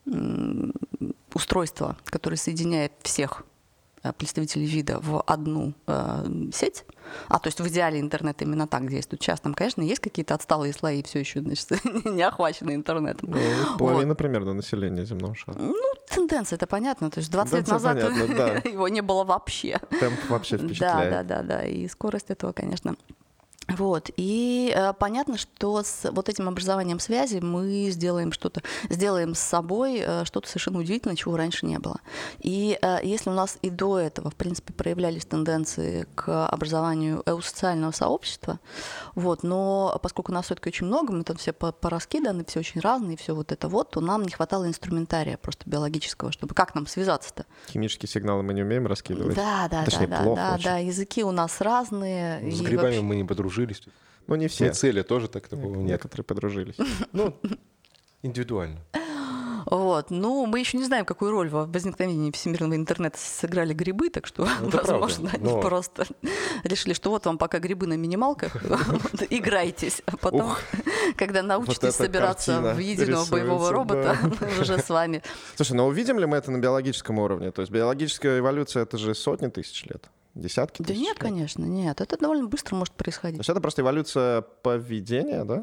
м, устройства, которое соединяет всех э, представителей вида в одну э, сеть, а то есть в идеале интернет именно так действует. Сейчас там, конечно, есть какие-то отсталые слои, все еще, значит, не охвачены интернетом. Ну, половина примерно населения земного шара. Ну, тенденция, это понятно. То есть двадцать лет Тенденция назад понятна, да. его не было вообще. Темп вообще Да, впечатляет. да, да, да. И скорость этого, конечно. Вот. И э, понятно, что с вот этим образованием связи мы сделаем что-то, сделаем с собой э, что-то совершенно удивительное, чего раньше не было. И э, если у нас и до этого, в принципе, проявлялись тенденции к образованию эусоциального сообщества, вот, но поскольку нас все-таки очень много, мы там все пораскиданы, все очень разные, все вот это вот, то нам не хватало инструментария просто биологического, чтобы как нам связаться-то. Химические сигналы мы не умеем раскидывать. Да, да, Точнее, да, плохо да, очень. да, языки у нас разные. С и грибами вообще- мы не подружились. Ну, не все. Все цели тоже так такого нет. Некоторые подружились. Ну, индивидуально. Вот. Ну, мы еще не знаем, какую роль во возникновении всемирного интернета сыграли грибы, так что, Ну, это возможно, правда, они но- просто решили, что вот вам пока грибы на минималках, вот, играйтесь, а потом, Ух, когда научитесь эта собираться картина в единого рисуется, боевого робота, да. уже с вами. Слушай, но увидим ли мы это на биологическом уровне? То есть биологическая эволюция — это же сотни тысяч лет, десятки Да тысяч нет, лет. конечно, нет. Это довольно быстро может То происходить. есть это просто эволюция поведения, да?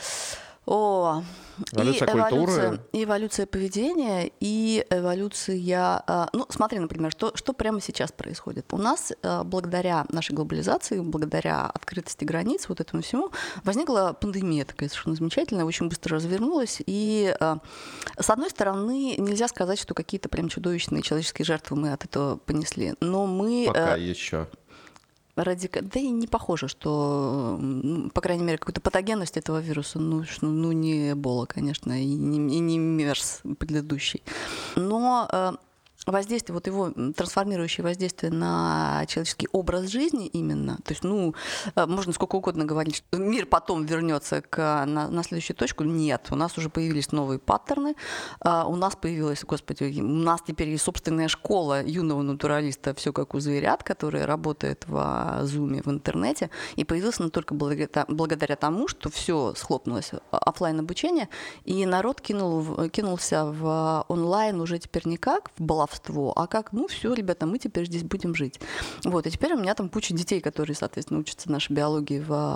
О, Эволюция и эволюция, культуры. и эволюция поведения, и эволюция... а, Ну, смотри, например, что, что прямо сейчас происходит. У нас а, благодаря нашей глобализации, благодаря открытости границ, вот этому всему, возникла пандемия такая совершенно замечательная, очень быстро развернулась. И, а, с одной стороны, нельзя сказать, что какие-то прям чудовищные человеческие жертвы мы от этого понесли. Но мы... Пока а, еще. Радика... Да и не похоже, что, ну, по крайней мере, какую-то патогенность этого вируса, ну, что- ну не Эбола, конечно, и не, и не МЕРС предыдущий. Но э, воздействие, вот его трансформирующее воздействие на человеческий образ жизни именно, то есть, ну, можно сколько угодно говорить, что мир потом вернется к, на, на следующую точку. Нет, у нас уже появились новые паттерны, у нас появилась, господи, у нас теперь есть собственная школа юного натуралиста «Все как у зверят», которая работает в Zoom, в интернете, и появилась она только благодаря, благодаря тому, что все схлопнулось, офлайн обучение, и народ кинул, кинулся в онлайн уже теперь не как в баловство, а как, ну все, ребята, мы теперь здесь будем жить. Вот, и теперь у меня там куча детей, которые, соответственно, учатся нашей биологии,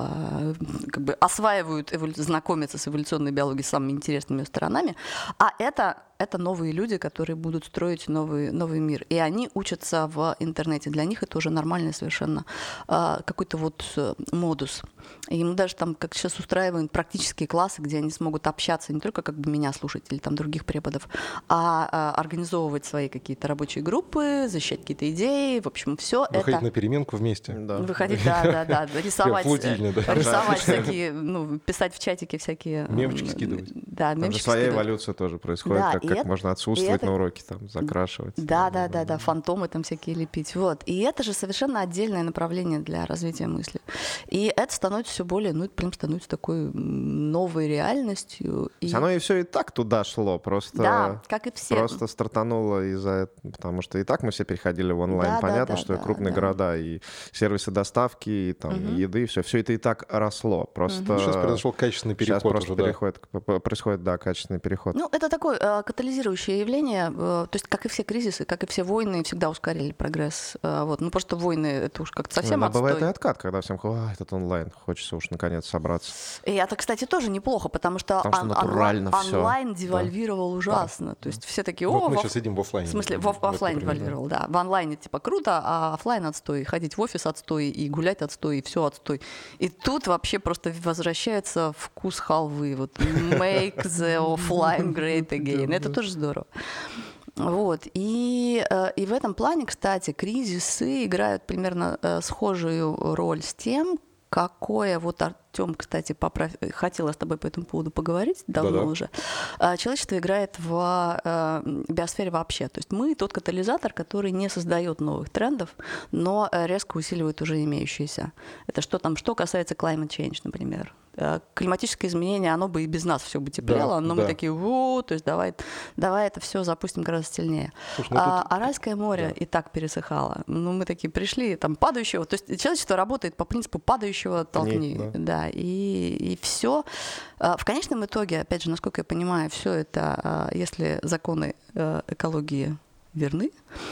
в, как бы осваивают, эволю... знакомятся с эволюционной биологией, с самыми интересными сторонами, а это это новые люди, которые будут строить новый, новый мир. И они учатся в интернете. Для них это уже нормальный совершенно э, какой-то вот э, модус. И мы даже там, как сейчас устраиваем практические классы, где они смогут общаться, не только как бы меня слушать или там других преподов, а, а организовывать свои какие-то рабочие группы, защищать какие-то идеи. В общем, все это... Выходить на переменку вместе. Да. Выходить, да, да, да. Рисовать, да. рисовать всякие, ну, писать в чатике всякие... Мемчики скидывать. Да, Там мемчики же своя скидывать. эволюция тоже происходит, Да, как, и как это- можно отсутствовать это- на уроке, там, закрашивать. Да, да, да, да, фантомы там всякие лепить. Вот. И это же совершенно отдельное направление для развития мысли. И это становится все более, ну, это прям становится такой м, новой реальностью. То И... есть оно и все и так туда шло, просто, Да, как и все. просто стартануло из-за этого, потому что и так мы все переходили в онлайн. Да, да, Понятно, да, что и да, крупные да. города, и сервисы доставки, и там Мгм. еды, все, все это и так росло. Просто Сейчас произошел качественный сейчас переход просто уже, да. переходит, п- происходит, да, качественный переход. Ну, это такое э, катализирующее явление. Э, то есть, как и все кризисы, как и все войны, всегда ускорили прогресс. Э, вот. Ну, просто войны — это уж как-то совсем Но отстой. бывает и откат, когда всем «А, этот онлайн, хочется уж наконец собраться». И это, кстати, тоже неплохо, потому что, Потому что он- натурально онлайн, всё. онлайн девальвировал ужасно. То есть все такие, о, Вот мы во- сейчас сидим в офлайне. в смысле, в, в Вот, офлайн например, да. девальвировал, да. В онлайне типа круто, а офлайн отстой. Ходить в офис отстой, и гулять отстой, и все отстой. И тут вообще просто возвращается вкус халвы. Вот make the offline great again. Это тоже здорово. Вот. И, э, и в этом плане, кстати, кризисы играют примерно э, схожую роль с тем, какое, вот Артём, кстати, поправ... хотела с тобой по этому поводу поговорить давно Да-да. уже. А, Человечество играет в э, биосфере вообще. То есть мы тот катализатор, который не создает новых трендов, но э, резко усиливает уже имеющиеся. Это что там, что касается climate change, например. Э, Климатическое изменение, оно бы и без нас все бы теплело, Да, но да. мы такие, о, то есть давай, давай это все запустим гораздо сильнее. Слушай, ну А тут- Аральское море и так пересыхало. Ну, мы такие пришли, там, падающего. То есть человечество работает по принципу падающего толкни. да. Да, и, и все. В конечном итоге, опять же, насколько я понимаю, все это, а, если законы э, экологии верны,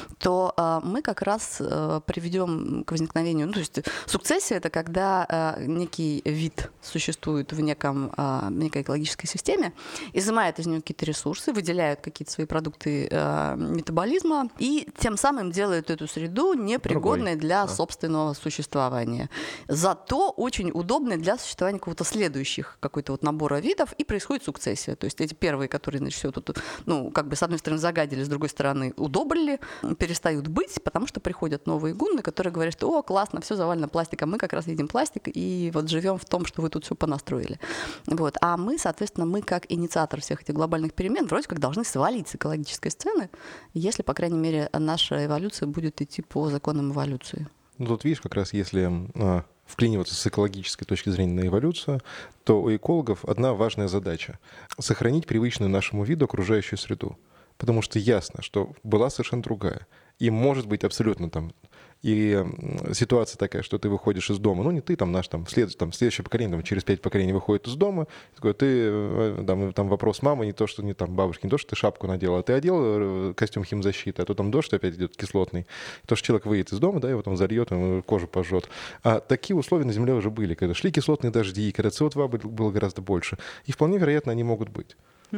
то э, мы как раз э, приведем к возникновению, ну, то есть сукцессия — это когда э, некий вид существует в неком, э, некой экологической системе, изымает из нее какие-то ресурсы, выделяют какие-то свои продукты э, метаболизма и тем самым делают эту среду непригодной для да. собственного существования. Зато очень удобной для существования какого-то следующих, какой-то вот набора видов, и происходит сукцессия. То есть эти первые, которые, значит, все тут, ну, как бы с одной стороны загадили, с другой стороны удобрили, перестают быть, потому что приходят новые гунны, которые говорят, что о, классно, все завалено пластиком, мы как раз едим пластик и вот живем в том, что вы тут все понастроили. Вот. А мы, соответственно, мы как инициатор всех этих глобальных перемен вроде как должны свалить с экологической сцены, если, по крайней мере, наша эволюция будет идти по законам эволюции. Ну, тут видишь, как раз если а, вклиниваться с экологической точки зрения на эволюцию, то у экологов одна важная задача — сохранить привычную нашему виду окружающую среду. Потому что ясно, что была совершенно другая. И может быть абсолютно там... И м, ситуация такая, что ты выходишь из дома, ну не ты, там наш там, след, там следующее поколение, там, через пять поколений выходит из дома, такой, ты, э, там, там вопрос мамы, не то, что не там бабушки, не то, что ты шапку надела, а ты одел э, костюм химзащиты, а то там дождь опять идет кислотный. То, что человек выйдет из дома, да, его там зальет, ему кожу пожжет. А такие условия на Земле уже были, когда шли кислотные дожди, когда си о два было гораздо больше. И вполне вероятно, они могут быть.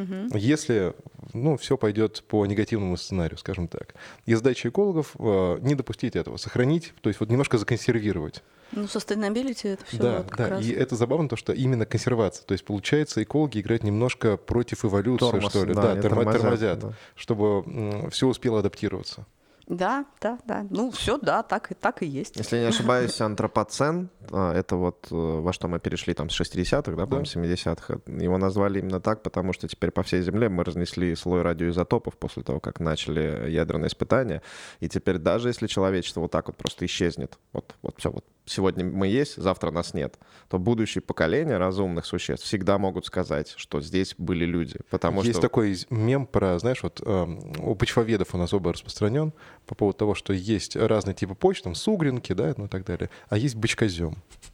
Если, ну, все пойдет по негативному сценарию, скажем так. И задача экологов э, не допустить этого, сохранить, то есть вот немножко законсервировать. Ну, sustainability — это все Да, вот как да. раз. И это забавно, то, что именно консервация. То есть, получается, экологи играют немножко против эволюции, Тормоз, что ли. да, Да, они тормо- тормозят, тормозят, да. чтобы все успело адаптироваться. Да, да, да. Ну, все, да, так и, так и есть. Если я не ошибаюсь, антропоцен, это вот во что мы перешли там с шестидесятых, да, по-моему, семидесятых, его назвали именно так, потому что теперь по всей Земле мы разнесли слой радиоизотопов после того, как начали ядерные испытания, и теперь даже если человечество вот так вот просто исчезнет, вот, вот все, вот сегодня мы есть, завтра нас нет, то будущие поколения разумных существ всегда могут сказать, что здесь были люди, потому есть что... такой мем про, знаешь, вот у почвоведов он особо распространен по поводу того, что есть разные типы почв, там сугринки, да, ну и так далее, а есть бычкозем.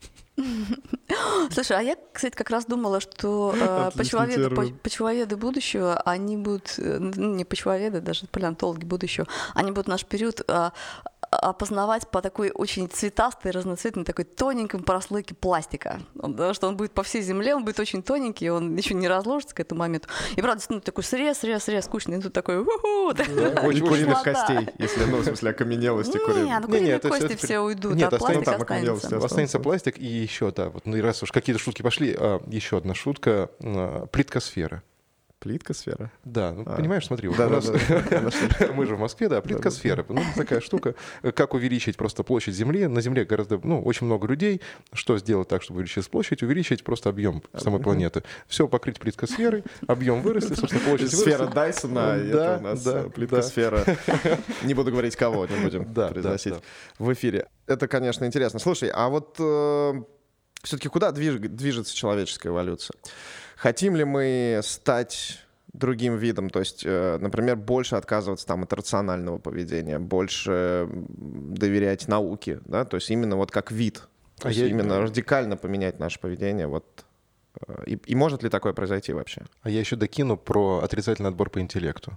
Слушай, а я, кстати, как раз думала, что э, почвоведы, по, почвоведы будущего, они будут, ну, не почвоведы, даже палеонтологи будущего, они будут наш период э, опознавать по такой очень цветастой, разноцветной, такой тоненькой прослойке пластика. Потому что он будет по всей земле, он будет очень тоненький, он еще не разложится к этому моменту. И, правда, ну, такой срез, срез, срез, скучный. И тут такой у-ху! Очень куриных костей, если, ну, в смысле, окаменелости куриных. Не, ну куриные кости все уйдут, а пластик останется. Останется пластик, и еще, да, вот, ну и раз уж какие-то шутки пошли, еще одна шутка. Плиткосфера. Плиткосфера? Да, ну, а. понимаешь, смотри, да, у нас... да, да. мы же в Москве, да, плиткосфера. Ну, такая штука. Как увеличить просто площадь Земли? На Земле гораздо, ну, очень много людей. Что сделать так, чтобы увеличить площадь? Увеличить просто объем самой планеты. Все покрыть плиткосферой, объем вырастет, собственно, площадь вырастет. Сфера Дайсона, и это у нас плиткосфера. Не буду говорить кого, не будем произносить в эфире. Это, конечно, интересно. Слушай, а вот все-таки куда движется человеческая эволюция? Хотим ли мы стать другим видом? То есть, например, больше отказываться там от рационального поведения, больше доверять науке, да? То есть именно вот как вид. То а есть я... именно радикально поменять наше поведение. Вот. И, и может ли такое произойти вообще? А я еще докину про отрицательный отбор по интеллекту.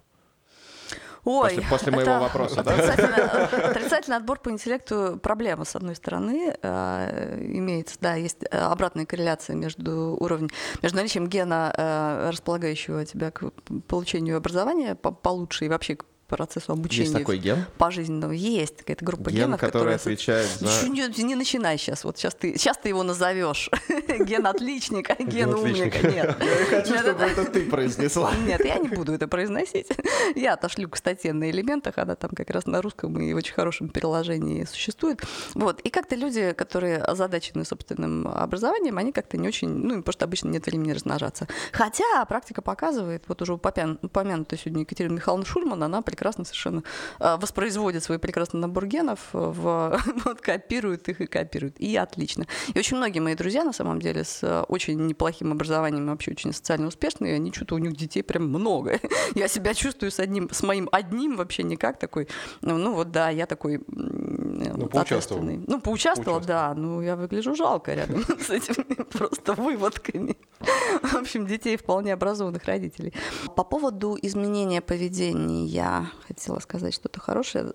Ой, после, после моего вопроса, отрицательный, да? Отрицательный отбор по интеллекту — проблема, с одной стороны, э, имеется, да, есть обратная корреляция между уровнем, между наличием гена, э, располагающего тебя к получению образования получше и вообще к процессу обучения. Есть такой ген? Пожизненного. Есть какая-то группа ген, генов, который которая... отвечает за... Не, не начинай сейчас. Вот сейчас ты, сейчас ты его назовешь. Ген отличника, ген умника. Нет. Я хочу, чтобы это ты произнесла. Нет, я не буду это произносить. Я отошлю к статье на элементах. Она там как раз на русском и в очень хорошем переложении существует. Вот. И как-то люди, которые озадачены собственным образованием, они как-то не очень... Ну, потому что обычно нет времени размножаться. Хотя практика показывает, вот уже упомянутая сегодня Екатерина Михайловна Шульман, она прекрасно совершенно воспроизводит свой прекрасный набор генов, в, вот, копирует их и копирует. И отлично. И очень многие мои друзья, на самом деле, с очень неплохим образованием, вообще очень социально успешные, они что-то у них детей прям много. Я себя чувствую с одним, с моим одним вообще никак такой. Ну, ну вот да, я такой ну, поучаствовал. Ну, поучаствовал, да. Ну, я выгляжу жалко рядом с этими просто выводками. В общем, детей вполне образованных родителей. По поводу изменения поведения я хотела сказать что-то хорошее.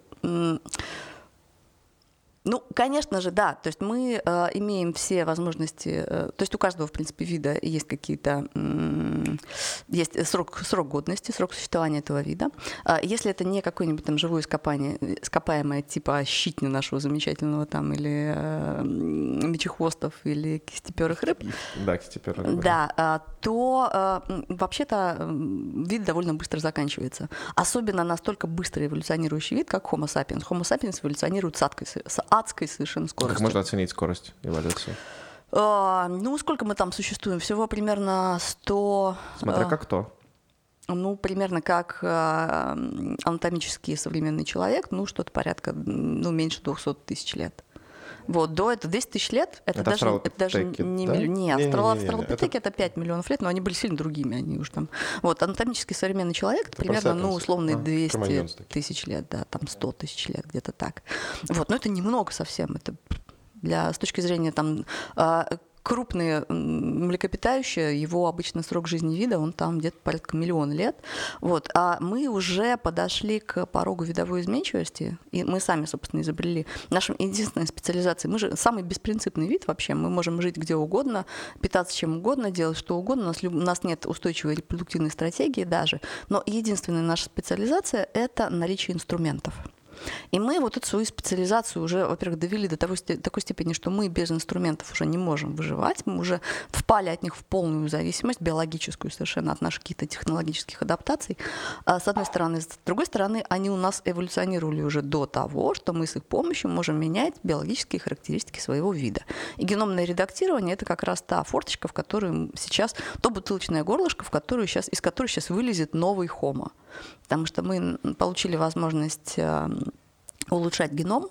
Ну, конечно же, да. То есть мы э, имеем все возможности, э, то есть у каждого, в принципе, вида есть какие-то, э, есть срок, срок годности, срок существования этого вида. Э, если это не какое-нибудь там живое ископание, ископаемое типа щитня нашего замечательного там, или э, мечехвостов, или кистеперых рыб, да, кистеперых рыб, да, э, то э, вообще-то э, вид довольно быстро заканчивается. Особенно настолько быстро эволюционирующий вид, как Homo sapiens. Homo sapiens эволюционирует с адской, с адской совершенно скоростью. Как можно оценить скорость эволюции? А, ну, сколько мы там существуем? Всего примерно сто... Смотря как кто. Ну, примерно как э, анатомический современный человек, ну, что-то порядка, ну, меньше двухсот тысяч лет. Вот, до этого десять тысяч лет, это, это даже, это даже не, да? не, не, австралопитеки, это... это пять миллионов лет, но они были сильно другими, они уж там. Вот, анатомический современный человек, это примерно, ну, условно, двести тысяч лет, да, там сто тысяч лет, где-то так. Вот, но это немного совсем, это для, с точки зрения там... Крупные млекопитающие, его обычный срок жизни вида, он там где-то порядка миллиона лет. Вот. А мы уже подошли к порогу видовой изменчивости, и мы сами, собственно, изобрели нашу единственную специализацию. Мы же самый беспринципный вид вообще. Мы можем жить где угодно, питаться чем угодно, делать что угодно. У нас, у нас нет устойчивой репродуктивной стратегии даже. Но единственная наша специализация — это наличие инструментов. И мы вот эту свою специализацию уже, во-первых, довели до того, такой степени, что мы без инструментов уже не можем выживать, мы уже впали от них в полную зависимость, биологическую совершенно, от наших каких-то технологических адаптаций, с одной стороны. С другой стороны, они у нас эволюционировали уже до того, что мы с их помощью можем менять биологические характеристики своего вида. И геномное редактирование — это как раз та форточка, в которую сейчас, то бутылочное горлышко, в которую сейчас, из которой сейчас вылезет новый Homo. Потому что мы получили возможность улучшать геном,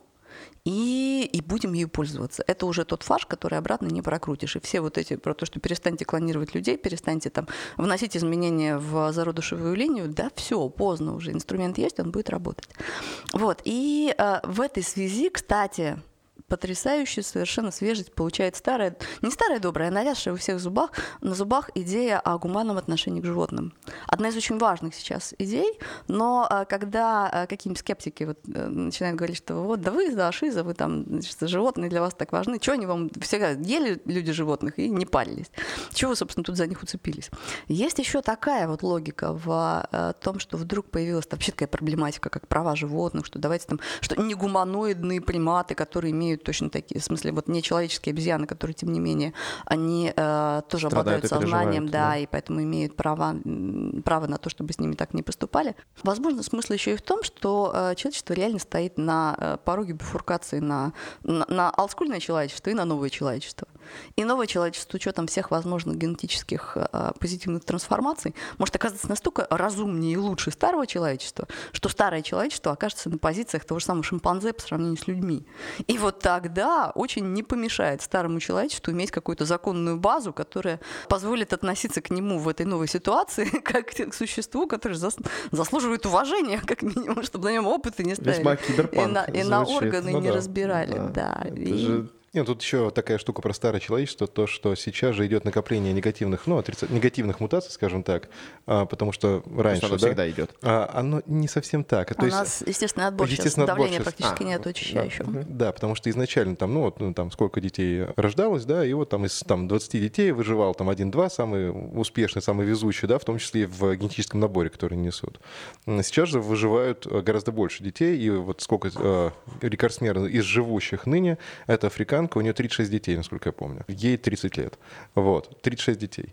И, и будем ею пользоваться. Это уже тот фарш, который обратно не прокрутишь. И все вот эти про то, что перестаньте клонировать людей, перестаньте там вносить изменения в зародышевую линию, да, все, поздно уже. Инструмент есть, он будет работать. Вот. И э, в этой связи, кстати, потрясающая совершенно свежесть получает старая, не старая добрая, а навязшая у всех зубах, на зубах идея о гуманном отношении к животным. Одна из очень важных сейчас идей, но а, когда а, какие-нибудь скептики вот, а, начинают говорить, что вот, да вы за шиза, вы там, значит, животные для вас так важны, чего они вам всегда ели люди животных и не парились? Чего вы, собственно, тут за них уцепились? Есть еще такая вот логика в а, том, что вдруг появилась вообще такая проблематика, как права животных, что давайте там, что негуманоидные приматы, которые имеют точно такие, в смысле, вот нечеловеческие обезьяны, которые, тем не менее, они э, тоже страдают обладают сознанием, да, да, и поэтому имеют право, право на то, чтобы с ними так не поступали. Возможно, смысл еще и в том, что э, человечество реально стоит на э, пороге бифуркации на, на, на олдскульное человечество и на новое человечество. И новое человечество, с учетом всех возможных генетических э, позитивных трансформаций, может оказаться настолько разумнее и лучше старого человечества, что старое человечество окажется на позициях того же самого шимпанзе по сравнению с людьми. И вот тогда очень не помешает старому человечеству иметь какую-то законную базу, которая позволит относиться к нему в этой новой ситуации как к существу, которое зас- заслуживает уважения, как минимум, чтобы на нем опыты не ставили. Весьма киберпанк и на, и на органы ну, не да. разбирали. Да. Да. Это И... же... Нет, тут еще такая штука про старое человечество, то, что сейчас же идет накопление негативных, ну, отрица... негативных мутаций, скажем так, а, потому что раньше, оно да, всегда идет. А, оно не совсем так. У то нас есть, естественный отбор сейчас, естественный отбор давления сейчас. практически А, нет очищающего. Да, да, потому что изначально там, ну, вот, ну, там сколько детей рождалось, да, и вот там из там, двадцати детей выживал там один-два, самые успешные, самые везучие, да, в том числе и в генетическом наборе, который несут. Сейчас же выживают гораздо больше детей, и вот сколько э, рекордсмен из живущих ныне, это африканка, у нее тридцать шесть детей, насколько я помню. Ей тридцать лет. Вот, тридцать шесть детей.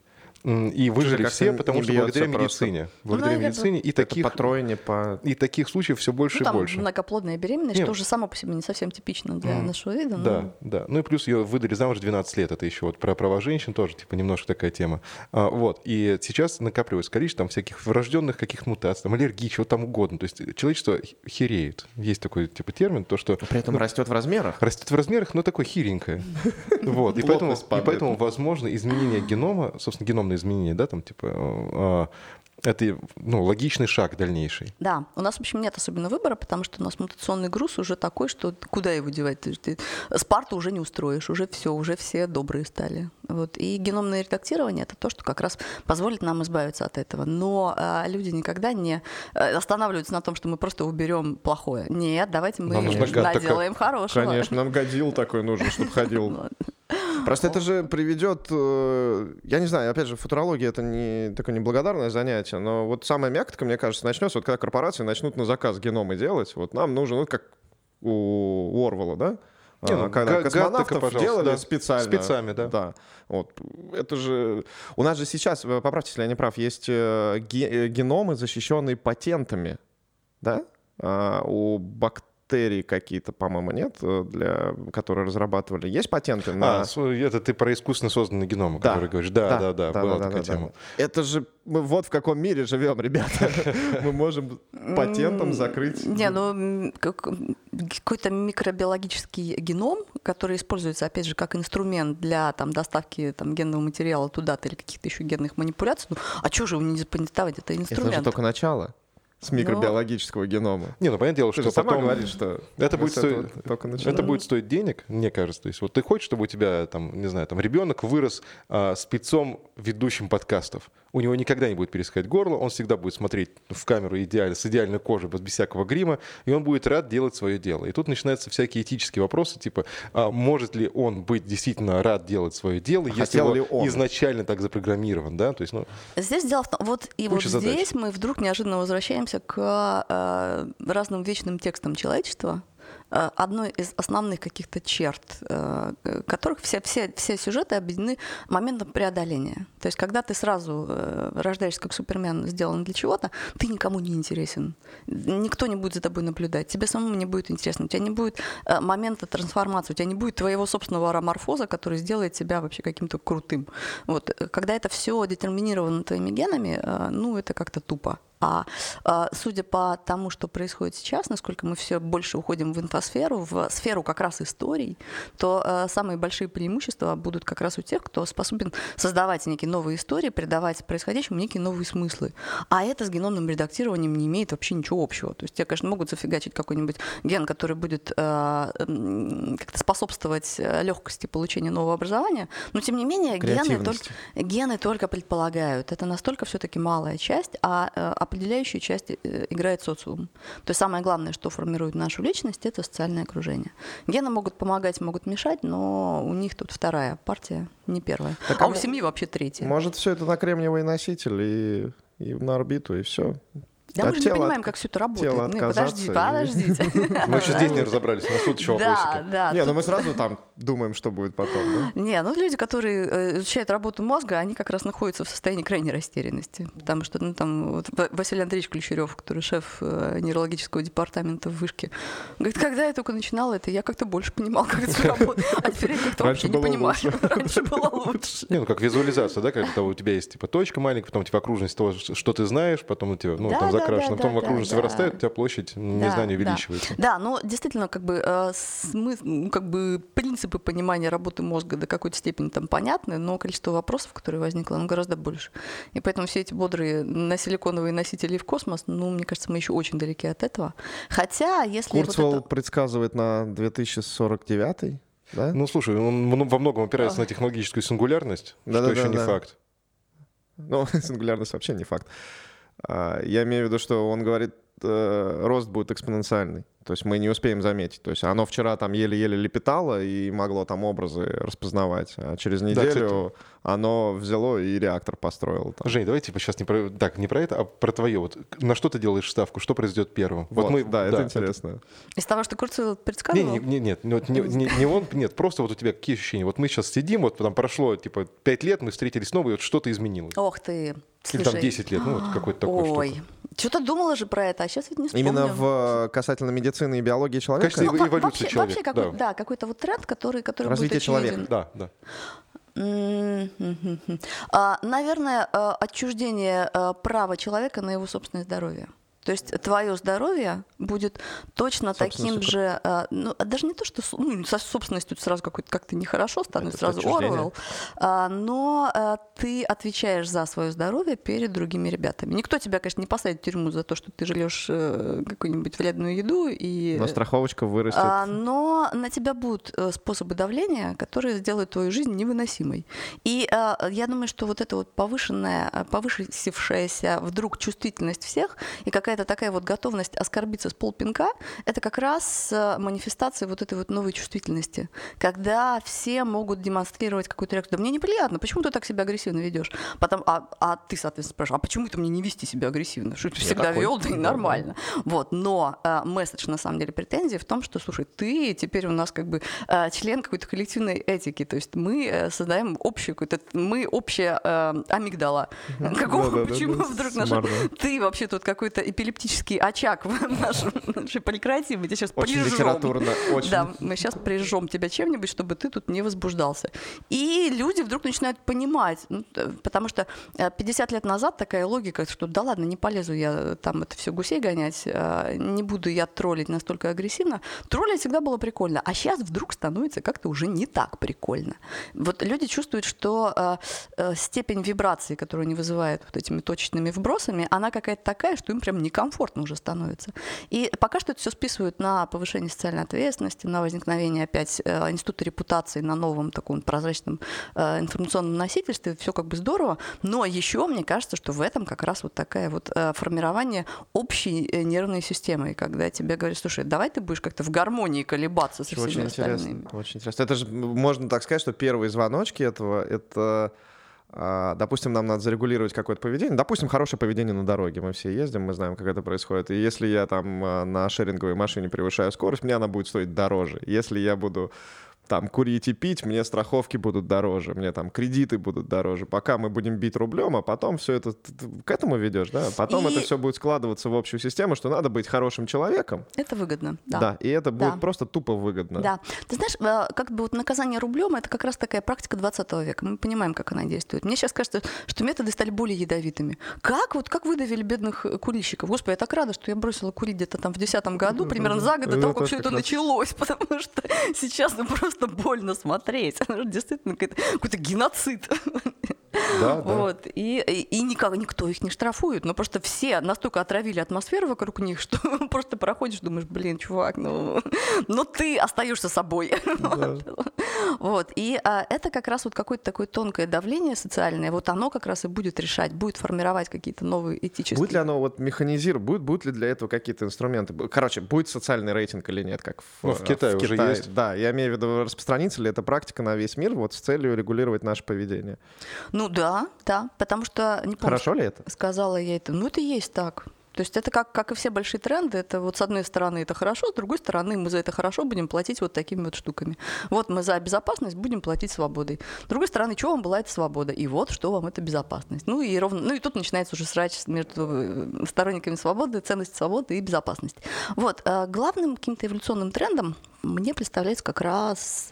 И выжили как-то все, потому не что бьется благодаря просто. медицине. Благодаря Ну, медицине и Это таких, по тройне, по... и таких случаев все больше Ну, там и больше. многоплодная беременность, Нет. что уже само по себе не совсем типично для Mm. нашего вида. Да, но... да. Ну и плюс ее выдали замуж в двенадцать лет. Это еще вот про права женщин тоже, типа, немножко такая тема. А, вот. И сейчас накапливается количество там всяких врожденных каких мутаций, там, аллергий, чего там угодно. То есть человечество хереет. Есть такой, типа, термин, то, что... При этом растет в размерах. Растет в размерах, но такое хиленькое. Вот. И поэтому, и поэтому, возможно, изменение генома, собственно, геномные изменения, да, там, типа, это, ну, логичный шаг дальнейший. Да, у нас, в общем, нет особенно выбора, потому что у нас мутационный груз уже такой, что куда его девать? Ты, ты Спарту уже не устроишь, уже все, уже все добрые стали. Вот. И геномное редактирование — это то, что как раз позволит нам избавиться от этого. Но а, люди никогда не останавливаются на том, что мы просто уберем плохое. Нет, давайте мы наделаем хорошего. Конечно, нам годил такой нужен, чтобы ходил. Просто это же приведет, я не знаю, опять же, футурология — это не такое неблагодарное занятие, но вот самая мякотка, мне кажется, начнется, вот когда корпорации начнут на заказ геномы делать, вот нам нужен, вот как у Орвелла, да? Не, ну, когда га- космонавтов гадко, делали да, специально. спецами, да. Да. Вот. Это же... У нас же сейчас, поправьте, если я не прав, есть ге- геномы, защищенные патентами, да? А у бактерий какие-то, по-моему, нет, для... которые разрабатывали. Есть патенты на... А, это ты про искусственно созданный геном, Да. который говоришь. Да, да, да, да, была да, такая да, тема. да. Это же мы вот в каком мире живем, ребята. Мы можем патентом закрыть... Не, ну как- какой-то микробиологический геном, который используется, опять же, как инструмент для там, доставки там, генного материала туда-то или каких-то еще генных манипуляций. Ну, а что же его не запатентовать? Это инструмент. Это же только начало с микробиологического генома. Не, ну понятное дело, Ты что же сама потом... говоришь, что Это мы будет, с этого стоить, только начинаем. это будет стоить денег, мне кажется. То есть вот ты хочешь, чтобы у тебя, там, не знаю, там, ребенок вырос а, спецом ведущим подкастов. У него никогда не будет пересекать горло, он всегда будет смотреть в камеру идеально, с идеальной кожей, без всякого грима, и он будет рад делать свое дело. И тут начинаются всякие этические вопросы, типа, а может ли он быть действительно рад делать свое дело, если хотел ли он он? изначально так запрограммирован, да? То есть, ну, Здесь дело в том, вот и вот Куча здесь задач. мы вдруг неожиданно возвращаемся вернемся к э, разным вечным текстам человечества. Одной из основных каких-то черт, которых все, все, все сюжеты объединены моментом преодоления. То есть, когда ты сразу рождаешься как Супермен, сделан для чего-то, ты никому не интересен. Никто не будет за тобой наблюдать. Тебе самому не будет интересно. У тебя не будет момента трансформации, у тебя не будет твоего собственного ароморфоза, который сделает тебя вообще каким-то крутым. Вот. Когда это все детерминировано твоими генами, ну, это как-то тупо. А, а судя по тому, что происходит сейчас, насколько мы все больше уходим в инфосферу, в сферу как раз историй, то а, самые большие преимущества будут как раз у тех, кто способен создавать некие новые истории, придавать происходящему некие новые смыслы. А это с геномным редактированием не имеет вообще ничего общего. То есть тебе, конечно, могут зафигачить какой-нибудь ген, который будет а, как-то способствовать легкости получения нового образования, но тем не менее гены только, гены только предполагают. Это настолько все-таки малая часть, а определяющую часть играет социум. То есть самое главное, что формирует нашу личность, это социальное окружение. Гены могут помогать, могут мешать, но у них тут вторая партия, не первая. Так, а, а у семьи вообще третья. Может, все это на кремниевый носитель и, и на орбиту, и все. Да, а мы же не понимаем, от... как все это работает. Ну, подождите, подождите. Мы еще здесь не разобрались, у нас тут еще вопросики. Да, да. Не, ну мы сразу там думаем, что будет потом, да? Не, ну люди, которые изучают работу мозга, они как раз находятся в состоянии крайней растерянности. Потому что, ну, там, вот Василий Андреевич Ключерев, который шеф нейрологического департамента в Вышке, говорит, когда я только начинала это, я как-то больше понимал, как это все работает. А теперь я как-то вообще не понимаю. Раньше было лучше. Не, ну как визуализация, да, когда у тебя есть типа точка маленькая, потом типа окружность того, что ты знаешь, потом у тебя, ну, там закрашено, потом в окружности да, вырастает, да. У тебя площадь да, незнания увеличивается. Да. да, но действительно, как бы, э, смысл, ну, как бы принципы понимания работы мозга до какой-то степени там понятны, но количество вопросов, которые возникло, оно гораздо больше. И поэтому все эти бодрые на силиконовые носители в космос, ну, мне кажется, мы еще очень далеки от этого. Хотя, если... Курцвелл вот это... предсказывает на две тысячи сорок девятый, да? Ну, слушай, он во многом опирается а. на технологическую сингулярность, да, что да, еще да, не да. факт. Ну, сингулярность вообще не факт. Я имею в виду, что он говорит, рост будет экспоненциальный. То есть мы не успеем заметить. То есть оно вчера там еле-еле лепетало и могло там образы распознавать. А через неделю да, оно взяло и реактор построило. Там. Жень, давай типа сейчас не про, так, не про это, а про твое. Вот, на что ты делаешь ставку? Что произойдет первым? Вот, вот мы, да, это да, интересно. Это... Из того, что Курцвелл предсказывал? Нет, нет, нет, нет, не, не, не он, нет, просто вот у тебя какие ощущения? Вот мы сейчас сидим, вот там прошло типа пять лет, мы встретились снова, и вот что-то изменилось. Ох ты, слушай. Или там десять лет, ну вот какой-то такой Ой. штука. Что-то думала же про это, а сейчас ведь не вспомню. Именно в касательно медицины и биологии человека? Качество ну, эволюции вообще, человека. Вообще какой, да. Да, какой-то вот тренд, который, который развитие будет очевиден. человека. Да, да. Mm-hmm. А, наверное, отчуждение права человека на его собственное здоровье. То есть твое здоровье будет точно таким же, а, ну, даже не то, что ну, со собственностью сразу какой-то как-то нехорошо становится, сразу Оруэлл, а, но а, ты отвечаешь за свое здоровье перед другими ребятами. Никто тебя, конечно, не посадит в тюрьму за то, что ты жрешь э, какую-нибудь вредную еду. И, но страховочка вырастет. А, но на тебя будут способы давления, которые сделают твою жизнь невыносимой. И а, я думаю, что вот эта вот повышенная, повысившаяся вдруг чувствительность всех и какая-то такая вот готовность оскорбиться с полпинка, это как раз манифестация вот этой вот новой чувствительности, когда все могут демонстрировать какую-то реакцию. Да мне неприятно, почему ты так себя агрессивно ведешь? Потом, а, а ты, соответственно, спрашиваешь, а почему ты мне не вести себя агрессивно? Что ты всегда такой вел, да и нормально. Вот. Но а, месседж, на самом деле, претензии в том, что, слушай, ты теперь у нас как бы а, член какой-то коллективной этики, то есть мы а, создаем общую какую-то, мы общая а, амигдала. Почему вдруг наша... Ты вообще тут какой-то эпилептический очаг в нашем, нашей поликратии, мы тебя сейчас очень прижжем. Литературно, очень. Да, мы сейчас прижжем тебя чем-нибудь, чтобы ты тут не возбуждался. И люди вдруг начинают понимать, ну, потому что пятьдесят лет назад такая логика, что да ладно, не полезу я там это все гусей гонять, не буду я троллить настолько агрессивно. Троллить всегда было прикольно, а сейчас вдруг становится как-то уже не так прикольно. Вот люди чувствуют, что э, степень вибрации, которую они вызывают вот этими точечными вбросами, она какая-то такая, что им прям некомфортно уже становится. И пока что это все списывают на повышение социальной ответственности, на возникновение опять э, института репутации на новом таком прозрачном э, информационном носительстве. Все как бы здорово, но еще мне кажется, что в этом как раз вот такая вот э, формирование общей э, нервной системы, когда тебе говорят, слушай, давай ты будешь как-то в гармонии колебаться со всеми очень остальными. Интересно, очень интересно. Это же можно так сказать, что первые звоночки этого — это допустим, нам надо зарегулировать какое-то поведение. Допустим, хорошее поведение на дороге. Мы все ездим, мы знаем, как это происходит. И если я там на шеринговой машине превышаю скорость, мне она будет стоить дороже. Если я буду там курить и пить, мне страховки будут дороже, мне там кредиты будут дороже. Пока мы будем бить рублем, а потом все это... Ты к этому ведешь, да? Потом и... это все будет складываться в общую систему, что надо быть хорошим человеком. Это выгодно, да. Да, и это будет да. просто тупо выгодно. Да. Ты знаешь, как бы вот наказание рублем — это как раз такая практика двадцатого века. Мы понимаем, как она действует. Мне сейчас кажется, что методы стали более ядовитыми. Как вот, как выдавили бедных курильщиков? Господи, я так рада, что я бросила курить где-то там в десятом году, примерно за год до того, как все это началось, потому что сейчас ну, просто больно смотреть. Действительно, какой-то геноцид. Да, вот. да. И, и, и никак, никто их не штрафует, но просто все настолько отравили атмосферу вокруг них, что просто проходишь, думаешь, блин, чувак, ну, ну ты остаешься собой. Да. Вот. И а, это как раз вот какое-то такое тонкое давление социальное, вот оно как раз и будет решать, будет формировать какие-то новые этические... Будет ли оно вот механизировать, будет, будут ли для этого какие-то инструменты? Короче, будет социальный рейтинг или нет, как в, ну, в Китае в уже Китае. есть. Да, я имею в виду, распространится ли эта практика на весь мир вот с целью регулировать наше поведение? Ну да, да, потому что... Не помню, хорошо ли это? Сказала я это. Ну это и есть так. То есть это как, как и все большие тренды, это вот с одной стороны это хорошо, с другой стороны мы за это хорошо будем платить вот такими вот штуками. Вот мы за безопасность будем платить свободой. С другой стороны, что вам была эта свобода? И вот что вам эта безопасность. Ну и, ровно, ну и тут начинается уже срач между сторонниками свободы, ценности свободы и безопасности. Вот. Главным каким-то эволюционным трендом мне представляется как раз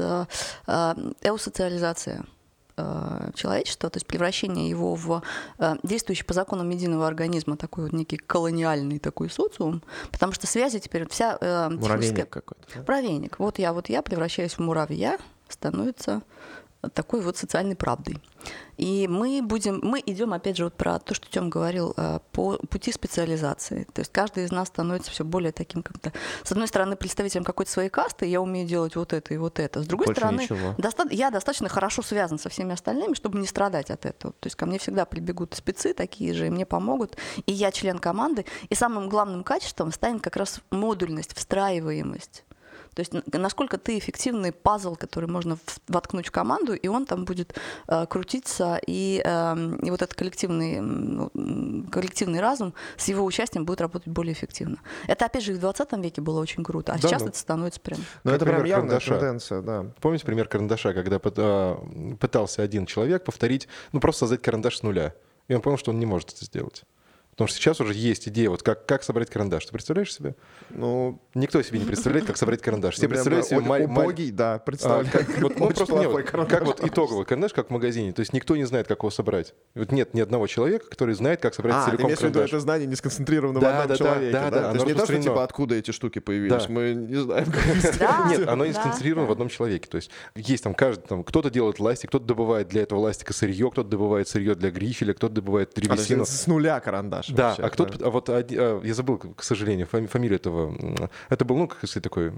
эусоциализация человечества, то есть превращение его в э, действующий по законам единого организма такой вот некий колониальный такой социум, потому что связи теперь вся... Э, муравейник какой-то. Да? Муравейник. Вот я, вот я превращаюсь в муравья, становится такой вот социальной правдой. И мы будем, мы идем, опять же, вот про то, что Тём говорил, по пути специализации. То есть каждый из нас становится все более таким как-то, с одной стороны, представителем какой-то своей касты, я умею делать вот это и вот это. С другой больше стороны, доста- я достаточно хорошо связан со всеми остальными, чтобы не страдать от этого. То есть ко мне всегда прибегут спецы такие же, и мне помогут. И я член команды. И самым главным качеством станет как раз модульность, встраиваемость. То есть насколько ты эффективный пазл, который можно воткнуть в команду, и он там будет э, крутиться, и, э, и вот этот коллективный, э, коллективный разум с его участием будет работать более эффективно. Это, опять же, и в двадцатом веке было очень круто, а да, сейчас да. это становится прям... Но это прям явная тенденция, да. Помните пример карандаша, когда пытался один человек повторить, ну просто создать карандаш с нуля, и он понял, что он не может это сделать. Потому что сейчас уже есть идея, вот как, как собрать карандаш. Ты представляешь себе? Ну, никто себе не представляет, как собрать карандаш. Все представляют себе маль... убогий, да, представляю. А, как, вот, ну, просто не, вот, как вот итоговый карандаш, как в магазине. То есть никто не знает, как его собрать. Вот нет ни одного человека, который знает, как собрать а, целиком ты карандаш. А, это знание не сконцентрировано да, в одном да, человеке, да? да? Да, да, то есть не то, что типа откуда эти штуки появились, да. мы не знаем. Нет, оно не сконцентрировано в одном человеке. То есть есть там каждый, там кто-то делает ластик, кто-то добывает для этого ластика сырье, кто-то добывает сырье для грифеля, кто-то добывает древесину. С нуля карандаш. Да, а кто-то... А вот я забыл, к сожалению, фамилию этого. Это был, ну, как сказать, такой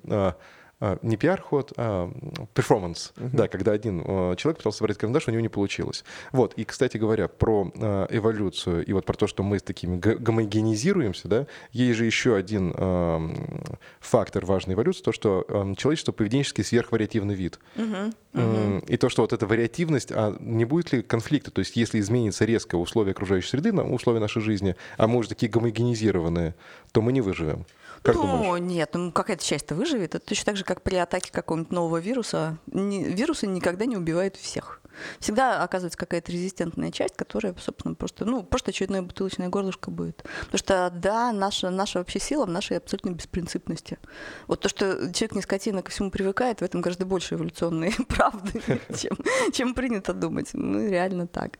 не пиар-ход, а перформанс. Uh-huh. Да, когда один человек пытался собрать карандаш, у него не получилось. Вот. И, кстати говоря, про эволюцию и вот про то, что мы с такими гомогенизируемся, да, есть же еще один фактор важной эволюции, то, что человечество поведенчески сверхвариативный вид. Uh-huh. Uh-huh. И то, что вот эта вариативность, а не будет ли конфликта? То есть если изменится резко условия окружающей среды, условия нашей жизни, а мы уже такие гомогенизированные, то мы не выживем. Как ну, думаешь? Нет, ну какая-то часть-то выживет. Это точно так же, как при атаке какого-нибудь нового вируса. Не, вирусы никогда не убивают всех. Всегда оказывается какая-то резистентная часть, которая, собственно, просто, ну, просто очередное бутылочное горлышко будет. Потому что, да, наша, наша вообще сила в нашей абсолютной беспринципности. Вот то, что человек не скотина ко всему привыкает, в этом гораздо больше эволюционной правды, чем, чем принято думать. Ну, реально так.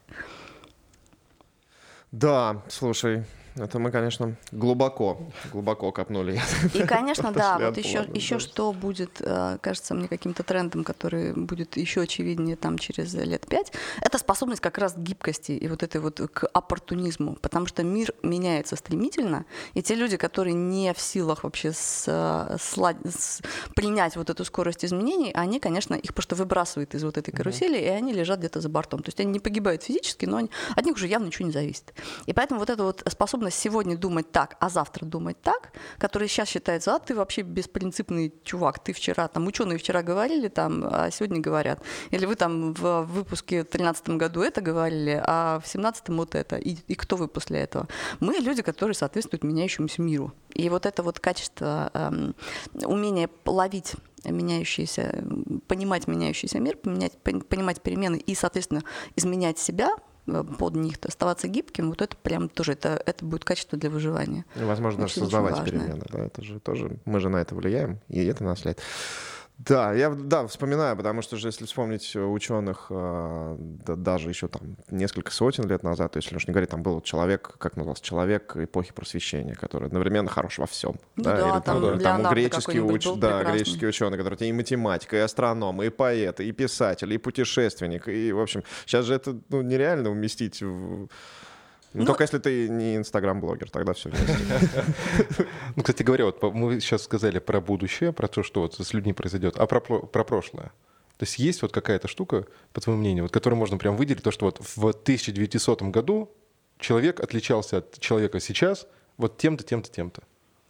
Да, слушай... Это мы, конечно, глубоко, глубоко копнули. И, конечно, да, вот еще, еще что будет, кажется мне, каким-то трендом, который будет еще очевиднее там через лет пять, это способность как раз к гибкости и вот этой вот к оппортунизму, потому что мир меняется стремительно, и те люди, которые не в силах вообще с, слад... с... принять вот эту скорость изменений, они, конечно, их просто выбрасывают из вот этой карусели, и они лежат где-то за бортом. То есть они не погибают физически, но они... от них уже явно ничего не зависит. И поэтому вот эта вот способность способность сегодня думать так, а завтра думать так, которая сейчас считается, а ты вообще беспринципный чувак, ты вчера, там ученые вчера говорили, там, а сегодня говорят. Или вы там в выпуске в тринадцатом году это говорили, а в семнадцатом вот это. И, и кто вы после этого? Мы люди, которые соответствуют меняющемуся миру. И вот это вот качество, эм, умение ловить меняющийся, понимать меняющийся мир, поменять, понимать перемены и, соответственно, изменять себя под них, оставаться гибким, вот это прям тоже, это, это будет качество для выживания. И, возможно, даже создавать перемены. Да, это же тоже, мы же на это влияем, и это нас влияет. Да, я да, вспоминаю, потому что же, если вспомнить ученых да, даже еще там несколько сотен лет назад, то есть, если уж не говорить, там был вот человек, как назывался, человек эпохи Просвещения, который одновременно хорош во всем. Ну, да, да, или там, там, там греческий, уч... да, греческий ученый, который и математик, и астроном, и поэт, и писатель, и путешественник, и, в общем, сейчас же это ну, нереально уместить в... Ну, только если ты не инстаграм-блогер, тогда все вместе. Ну, кстати говоря, вот мы сейчас сказали про будущее, про то, что вот с людьми произойдет, а про, про прошлое. То есть есть вот какая-то штука, по твоему мнению, вот, которую можно прям выделить, то, что вот в тысяча девятисотом году человек отличался от человека сейчас вот тем-то, тем-то, тем-то.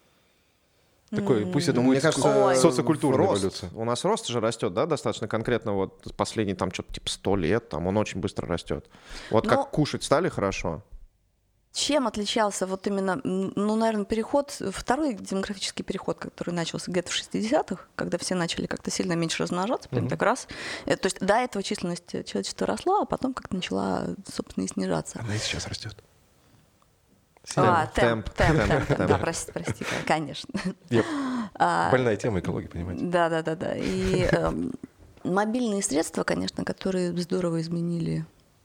Такой, mm-hmm. пусть это будет кажется, социокультурная революция. У нас рост же растет, да, достаточно конкретно, вот последние там что-то типа сто лет, там он очень быстро растет. Вот Но... как кушать стали хорошо? Чем отличался вот именно, ну, наверное, переход, второй демографический переход, который начался где-то в шестидесятых, когда все начали как-то сильно меньше размножаться, прям mm-hmm. так раз. То есть до этого численность человечества росла, а потом как-то начала, собственно, и снижаться. Она и сейчас растет. А, темп, темп, темп, темп. Да, прости, прости, конечно. Больная тема экологии, понимаете? Да, да, да, да. И мобильные средства, конечно, которые здорово изменили,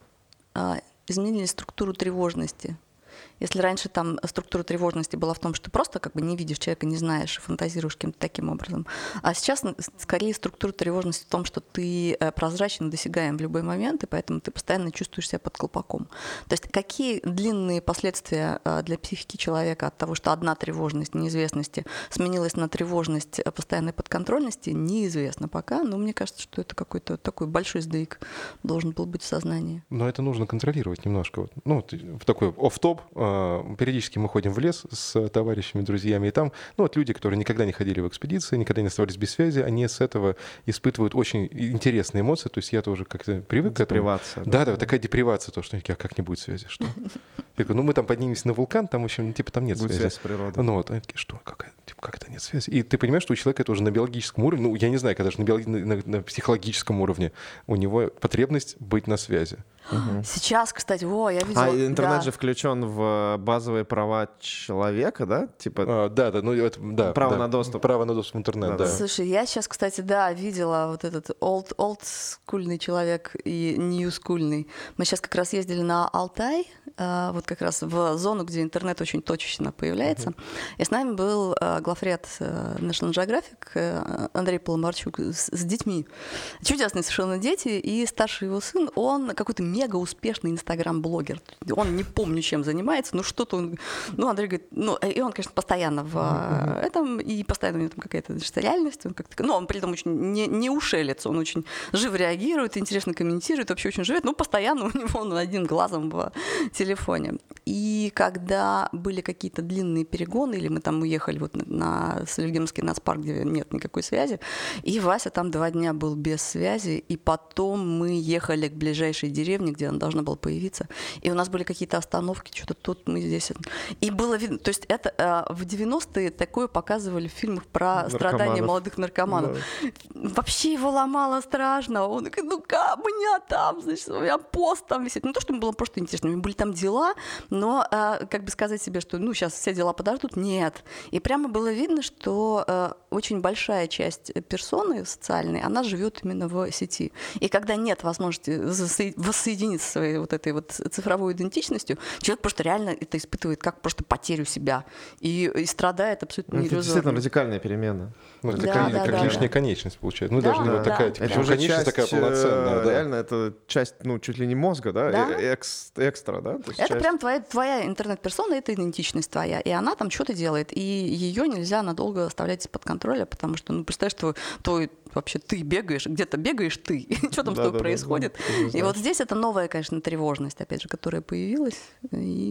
изменили структуру тревожности. Если раньше там структура тревожности была в том, что ты просто как бы не видишь человека, не знаешь, фантазируешь кем-то таким образом. А сейчас скорее структура тревожности в том, что ты прозрачен, досягаем в любой момент, и поэтому ты постоянно чувствуешь себя под колпаком. То есть какие длинные последствия для психики человека от того, что одна тревожность неизвестности сменилась на тревожность постоянной подконтрольности, неизвестно пока, но мне кажется, что это какой-то такой большой сдвиг должен был быть в сознании. Но это нужно контролировать немножко. Ну, в такой офф-топ. Периодически мы ходим в лес с товарищами, друзьями, и там ну, вот люди, которые никогда не ходили в экспедиции, никогда не оставались без связи, они с этого испытывают очень интересные эмоции. То есть я тоже как-то привык к этому. Депривация. Да, да, да, такая депривация, то, что а как не будет связи, что? Я говорю, ну мы там поднимемся на вулкан, там, в общем, типа там нет будет связи. Связь с природой. Ну вот, они такие, что, какая, типа, как это нет связи? И ты понимаешь, что у человека это уже на биологическом уровне, ну я не знаю, когда же на, биологи... на, на психологическом уровне у него потребность быть на связи. Угу. Сейчас, кстати, о, я видела... А интернет да. же включен в базовые права человека, да? Типа... А, да, да, ну это, да. Право да, на доступ. Право на доступ в интернет, да. да. Слушай, я сейчас, кстати, да, видела вот этот old, old-скульный человек и new-скульный. Мы сейчас как раз ездили на Алтай, вот как раз в зону, где интернет очень точечно появляется. Uh-huh. И с нами был главред National Geographic Андрей Поломарчук с, с детьми. Чудесные совершенно дети, и старший его сын, он какой-то мега успешный инстаграм-блогер. Он не помню, чем занимается, но что-то он... Ну, Андрей говорит... Ну, и он, конечно, постоянно в uh-huh. этом, и постоянно у него там какая-то значит, реальность. Он как-то, ну, он при этом очень не, не ушелится, он очень живо реагирует, интересно комментирует, вообще очень живет, но постоянно у него он одним глазом в телефоне. И когда были какие-то длинные перегоны, или мы там уехали вот на Сальвгемский нацпарк, где нет никакой связи, и Вася там два дня был без связи, и потом мы ехали к ближайшей деревне, где он должна была появиться, и у нас были какие-то остановки, что-то тут мы здесь... И было видно, то есть это э, в девяностые такое показывали в фильмах про наркоманов. Страдания молодых наркоманов. Да. Вообще его ломало страшно. Он говорит, ну как, у меня там, значит, у меня пост там висит. Не то, что ему было просто интересно, у него были там дела, но э, как бы сказать себе, что ну сейчас все дела подождут, нет. И прямо было видно, что э, очень большая часть персоны социальной, она живет именно в сети. И когда нет возможности воссоединиться со своей вот этой вот цифровой идентичностью, человек просто реально это испытывает как просто потерю себя. И, и страдает абсолютно ну, иллюзорно. Это действительно радикальная перемена. Ну, да, как, да, как да, лишняя да. конечность получается. Ну, да, даже не да, вот такая, да. типа, Это уже конечность часть, такая полноценная. Да. Реально, это часть, ну, чуть ли не мозга, да? Да. Экс, экстра, да? То есть это часть... прям твоя, твоя интернет-персона, это идентичность твоя. И она там что-то делает. И ее нельзя надолго оставлять из-под контроля, потому что, ну, представляешь, твой, твой вообще ты бегаешь, где-то бегаешь ты, и что там да, с тобой да, происходит. Да, да, и вот здесь это новая, конечно, тревожность, опять же, которая появилась. И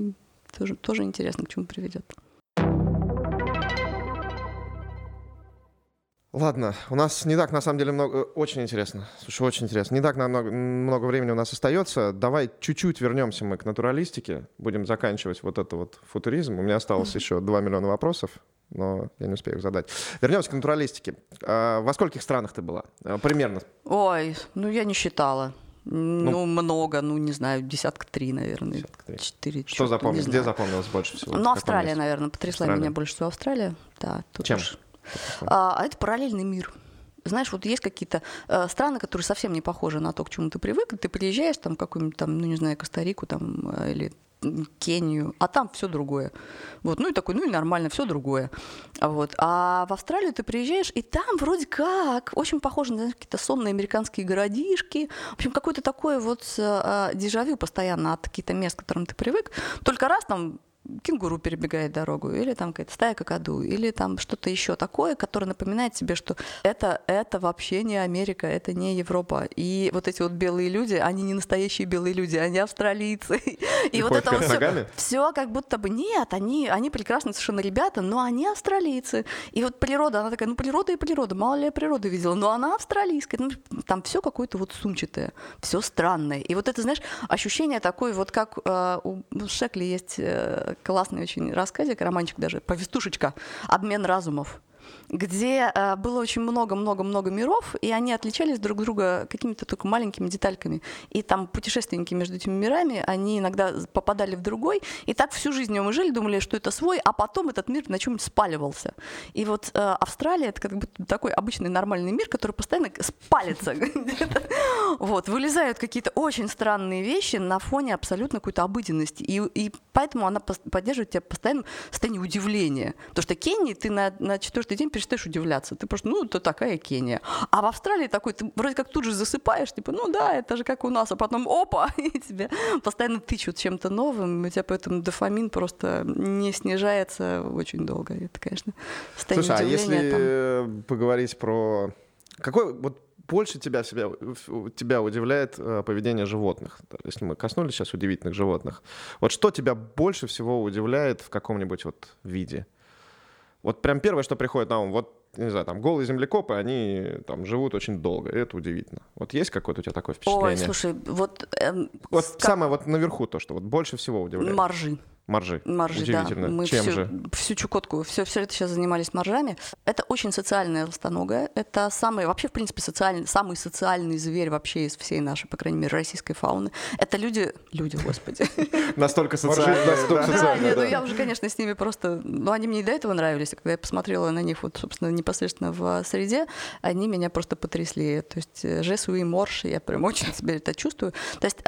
Тоже, тоже интересно, к чему приведет. Ладно, у нас не так, на самом деле, много... Очень интересно. Слушай, очень интересно. Не так много, много времени у нас остается. Давай чуть-чуть вернемся мы к натуралистике. Будем заканчивать вот это вот футуризм. У меня осталось еще два миллиона вопросов, но я не успею их задать. Вернемся к натуралистике. А во скольких странах ты была? Примерно. Ой, ну я не считала. Ну, ну много, ну не знаю, десятка три, наверное. Десятка три. Четыре. Что запомнилось? Где запомнилось больше всего? Ну, Австралия, наверное, потрясла Австралия. меня больше всего. Австралия. Да, тут Чем? Уж... А, а это параллельный мир. Знаешь, вот есть какие-то э, страны, которые совсем не похожи на то, к чему ты привык, и ты приезжаешь там какую-нибудь там, ну не знаю, Коста-Рику там э, или Кению, а там все другое. Вот, ну и такой, ну и нормально, все другое. Вот. А в Австралию ты приезжаешь, и там вроде как очень похоже на какие-то сонные американские городишки. В общем, какое-то такое вот э, дежавю постоянно от каких-то мест, к которым ты привык. Только раз там кенгуру перебегает дорогу, или там какая-то стая какаду, или там что-то еще такое, которое напоминает тебе, что это, это вообще не Америка, это не Европа. И вот эти вот белые люди, они не настоящие белые люди, они австралийцы. И, и вот это вот все, все как будто бы нет, они, они прекрасные совершенно ребята, но они австралийцы. И вот природа, она такая, ну природа и природа, мало ли я природу видела, но она австралийская. Ну, там все какое-то вот сумчатое, все странное. И вот это, знаешь, ощущение такое, вот как э, у Шекли есть э, классный очень рассказик, романчик даже, повестушечка «Обмен разумов», где э, было очень много-много-много миров, и они отличались друг от друга какими-то только маленькими детальками. И там путешественники между этими мирами, они иногда попадали в другой, и так всю жизнь мы жили, думали, что это свой, а потом этот мир на чем-нибудь спаливался. И вот э, Австралия — это как бы такой обычный нормальный мир, который постоянно спалится. Вот, вылезают какие-то очень странные вещи на фоне абсолютно какой-то обыденности. И, и поэтому она поддерживает тебя постоянно в состоянии удивления. Потому что Кении ты на, на четвертый день перестаешь удивляться. Ты просто, ну, это такая Кения. А в Австралии такой, ты вроде как тут же засыпаешь, типа, ну да, это же как у нас, а потом опа, и тебя постоянно тычут чем-то новым, и у тебя поэтому дофамин просто не снижается очень долго. Это, конечно, состояние Слушай, удивления. А если там... поговорить про... Какой вот больше тебя, себя, тебя удивляет э, поведение животных? Если мы коснулись сейчас удивительных животных. Вот что тебя больше всего удивляет в каком-нибудь вот виде? Вот прям первое, что приходит на ум, вот, не знаю, там, голые землекопы, они там живут очень долго, и это удивительно. Вот есть какое-то у тебя такое впечатление? Ой, слушай, вот... Эм, вот как... самое вот наверху то, что вот больше всего удивляет. Моржи. Моржи. Моржи, удивительно. да. Мы Чем всю, же? всю Чукотку, все, все это сейчас занимались моржами. Это очень социальная ластоногая. Это самый, вообще, в принципе, социальный, самый социальный зверь вообще из всей нашей, по крайней мере, российской фауны. Это люди... Люди, господи. Настолько социальные. Да, нет, ну я уже, конечно, с ними просто... Ну, они мне и до этого нравились. Когда я посмотрела на них, вот, собственно, непосредственно в среде, они меня просто потрясли. То есть Жесуи морж, я прям очень себе это чувствую. То есть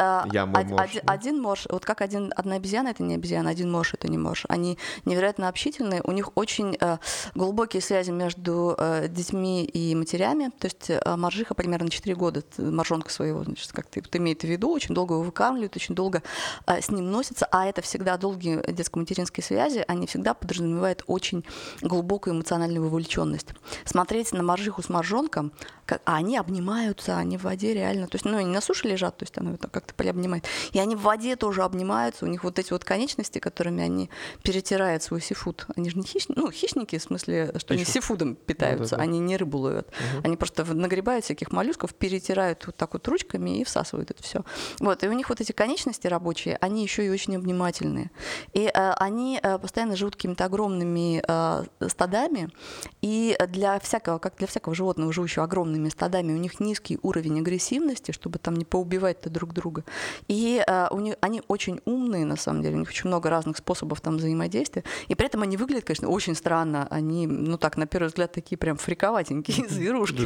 один морж, вот как одна обезьяна, это не обезьяна, один морж — это не морж. Они невероятно общительные, у них очень э, глубокие связи между э, детьми и матерями. То есть э, моржиха примерно четыре года, моржонка своего, значит, как ты вот, имеет в виду, очень долго его выкармливают, очень долго э, с ним носятся, а это всегда долгие детско-материнские связи, они всегда подразумевают очень глубокую эмоциональную вовлеченность. Смотреть на моржиху с моржонком, как, а они обнимаются, они в воде реально, то есть, ну, они на суше лежат, то есть она это как-то приобнимает, и они в воде тоже обнимаются, у них вот эти вот конечности, которыми они перетирают свой сифуд. Они же не хищники, ну, хищники, в смысле, что Пищу. они сифудом питаются, ну, да, да. Они не рыбу ловят. Угу. Они просто нагребают всяких моллюсков, перетирают вот так вот ручками и всасывают это все. Вот, и у них вот эти конечности рабочие, они еще и очень обнимательные. И э, они э, постоянно живут какими-то огромными э, стадами, и для всякого, как для всякого животного, живущего огромными стадами, у них низкий уровень агрессивности, чтобы там не поубивать-то друг друга. И э, у них, они очень умные, на самом деле, у них очень много разных способов там взаимодействия, и при этом они выглядят, конечно, очень странно. Они, ну так, на первый взгляд, такие прям фриковатенькие зверушки.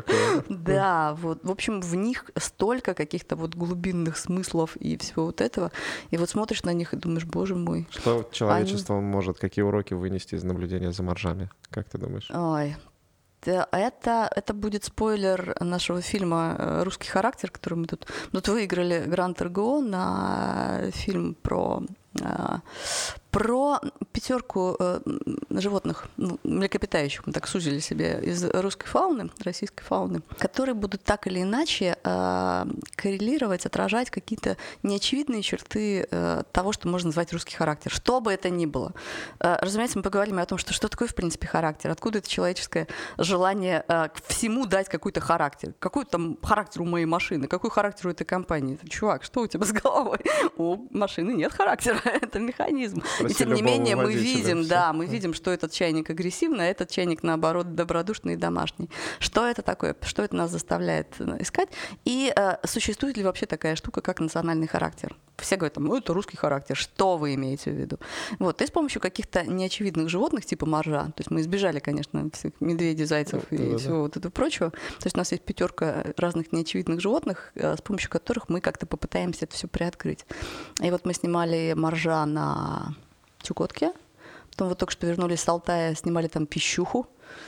Да, вот. В общем, в них столько каких-то вот глубинных смыслов и всего вот этого. И вот смотришь на них и думаешь, боже мой. Что человечество они... может, какие уроки вынести из наблюдения за моржами? Как ты думаешь? Ой, Это, это будет спойлер нашего фильма «Русский характер», который мы тут, тут выиграли Гранд эр гэ о на фильм про, Про пятерку э, животных, ну, млекопитающих, мы так сузили себе из русской фауны, российской фауны, которые будут так или иначе э, коррелировать, отражать какие-то неочевидные черты э, того, что можно назвать русский характер, что бы это ни было. Э, разумеется, мы поговорим о том, что, что такое, в принципе, характер, откуда это человеческое желание э, к всему дать какой-то характер. Какой там характер у моей машины, какой характер у этой компании? Чувак, что у тебя с головой? У машины нет характера, это механизм. Спроси И тем не менее мы видим, все. да, мы видим, что этот чайник агрессивный, а этот чайник, наоборот, добродушный и домашний. Что это такое? Что это нас заставляет искать? И э, существует ли вообще такая штука, как национальный характер? Все говорят, ну, это русский характер. Что вы имеете в виду? Вот. И с помощью каких-то неочевидных животных, типа моржа, то есть мы избежали, конечно, всех медведей, зайцев да, и да, всего да. вот этого прочего. То есть у нас есть пятерка разных неочевидных животных, с помощью которых мы как-то попытаемся это все приоткрыть. И вот мы снимали моржа на Чукотке, потом вот только что вернулись с Алтая, снимали там пищуху.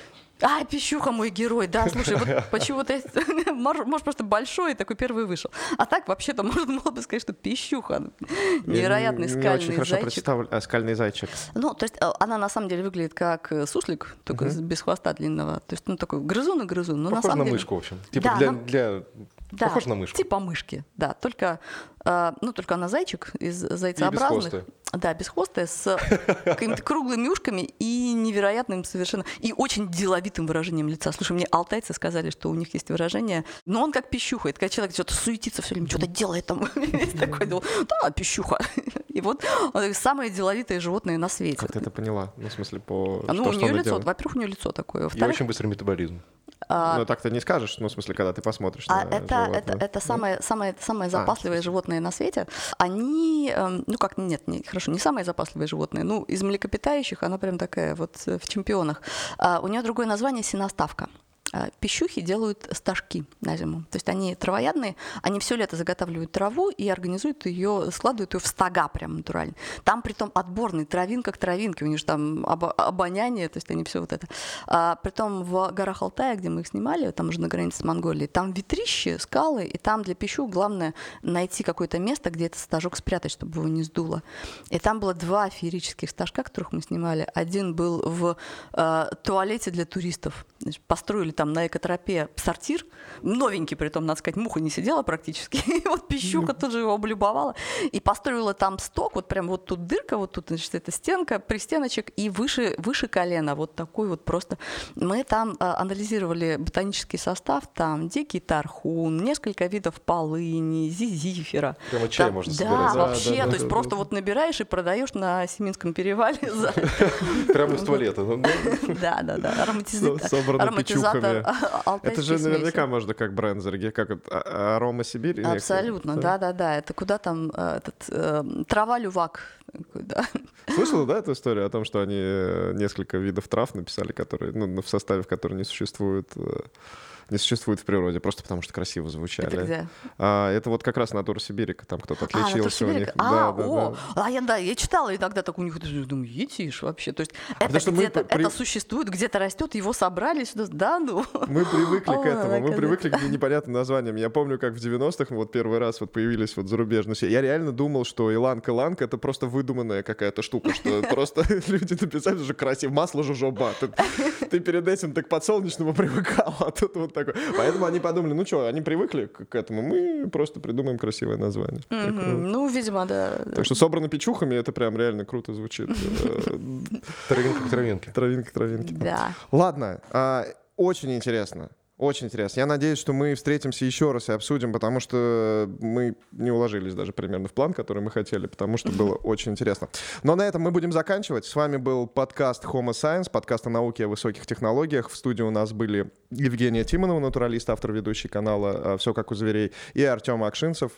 А, пищуха мой герой, да, слушай, вот почему-то может просто большой такой первый вышел. А так вообще-то можно было бы сказать, что пищуха, невероятный Я не, скальный не очень хорошо зайчик. представлю. А, скальный зайчик. Ну, то есть она на самом деле выглядит как суслик, только Мгм. без хвоста длинного. То есть, ну, такой грызун и грызун. Но Похож на самом на деле... мышку, в общем. Типа Да, для, она- для... Да, Похож на мышку. типа мышки, да. Только, э, ну, только она зайчик из зайцеобразных. бесхвостая. Да, бесхвостая, с какими-то круглыми ушками и невероятным совершенно, и очень деловитым выражением лица. Слушай, мне алтайцы сказали, что у них есть выражение, но он как пищуха. Это когда человек что-то суетится все время, что-то делает там. Весь такой, думал, да, пищуха. И вот самое деловитое животное на свете. Как ты это поняла? Ну, в смысле, по... Ну, что, у что нее она лицо, делает? во-первых, у нее лицо такое. И Во-вторых, очень быстрый метаболизм. а, Ну, так ты не скажешь, ну, в смысле, когда ты посмотришь А на это, животное. это, это самое, самое, самое А, запасливое животное на свете. Они, эм, ну как, нет, не, хорошо, не самое запасливое животное. Ну, из млекопитающих она прям такая вот э, в чемпионах. А, у нее другое название — сеноставка. А, пищухи делают стажки на зиму. То есть они травоядные, они все лето заготавливают траву и организуют ее, складывают ее в стога прям натурально. Там притом отборный, травинка к травинке, у них же там обо- обоняние, то есть они все вот это. А, притом в горах Алтая, где мы их снимали, там уже на границе с Монголией, там ветрищи, скалы, и там для пищух главное найти какое-то место, где этот стажок спрятать, чтобы его не сдуло. И там было два феерических стажка, которых мы снимали. Один был в э, туалете для туристов. Значит, построили там на экотропе сортир, новенький, при том, надо сказать, муха не сидела практически, и вот пищуха тут же его облюбовала, и построила там сток, вот прям вот тут дырка, вот тут, значит, эта стенка, пристеночек, и выше, выше колена, вот такой вот просто. Мы там а, анализировали ботанический состав, там дикий тархун, несколько видов полыни, зизифера. Прямо чай Там- можно да, собирать. Да, вообще, да, да, то есть да, просто да. вот набираешь и продаешь на Семинском перевале. за- Прямо из туалета. Ну, ну, Да, да, да, ароматизатор. Со- собрано Ароматизатор печухами. алтайской Это же смеси. наверняка можно как бренд зарегистрировать, как это, а- арома Сибирь? или Абсолютно, как? да-да-да. Это куда там э, этот, э, трава лювак. Такой, да. Слышала, да, эту историю о том, что они э, несколько видов трав написали, которые, ну, в составе, в котором не существует, э, не существует в природе, просто потому что красиво звучали. Это где? А, это вот как раз «Натура Сибирика», там кто-то А, отличился у них. Натурсибирика. А, Да, да, о, да. а я, да, я читала, и тогда так у них, думаю, етишь вообще. То есть потому это что мы где-то, при- это существует, где-то растет, его собрали сюда, да, ну. Мы привыкли к О, этому, мы наконец. привыкли к непонятным названиям. Я помню, как в девяностых вот первый раз вот появились вот зарубежные. Я реально думал, что иланг-иланг — это просто выдуманная какая-то штука, что просто люди написали уже красиво, масло жожоба. Ты, ты перед этим так к подсолнечному привыкал, а тут вот такое. Поэтому они подумали, ну что, они привыкли к, к этому, мы просто придумаем красивое название. Мгм. Прикольно. Ну, видимо, да. Так что собрано печухами, это прям реально круто звучит. Э, Травинка к травинке. Травинка к травинке. Да. Ладно, а, очень интересно. Очень интересно. Я надеюсь, что мы встретимся еще раз и обсудим, потому что мы не уложились даже примерно в план, который мы хотели, потому что было очень интересно. Но на этом мы будем заканчивать. С вами был подкаст Homo Science, подкаст о науке и о высоких технологиях. В студии у нас были Евгения Тимонова, натуралист, автор, ведущий канала «Все как у зверей», и Артем Акшинцев,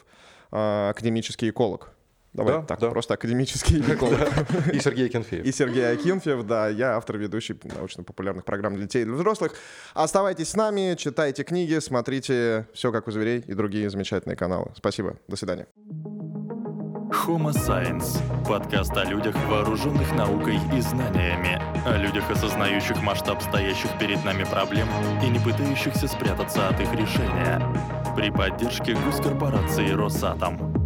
а, академический эколог. Давай Да, так, да. просто академический эколог. И Сергей Акинфеев. И Сергей Акинфеев, да, я автор, ведущий научно-популярных программ для детей и для взрослых. Оставайтесь с нами, читайте книги, смотрите «Все как у зверей» и другие замечательные каналы. Спасибо, до свидания. Homo Science – подкаст о людях, вооруженных наукой и знаниями, о людях, осознающих масштаб стоящих перед нами проблем и не пытающихся спрятаться от их решения. При поддержке госкорпорации «Росатом».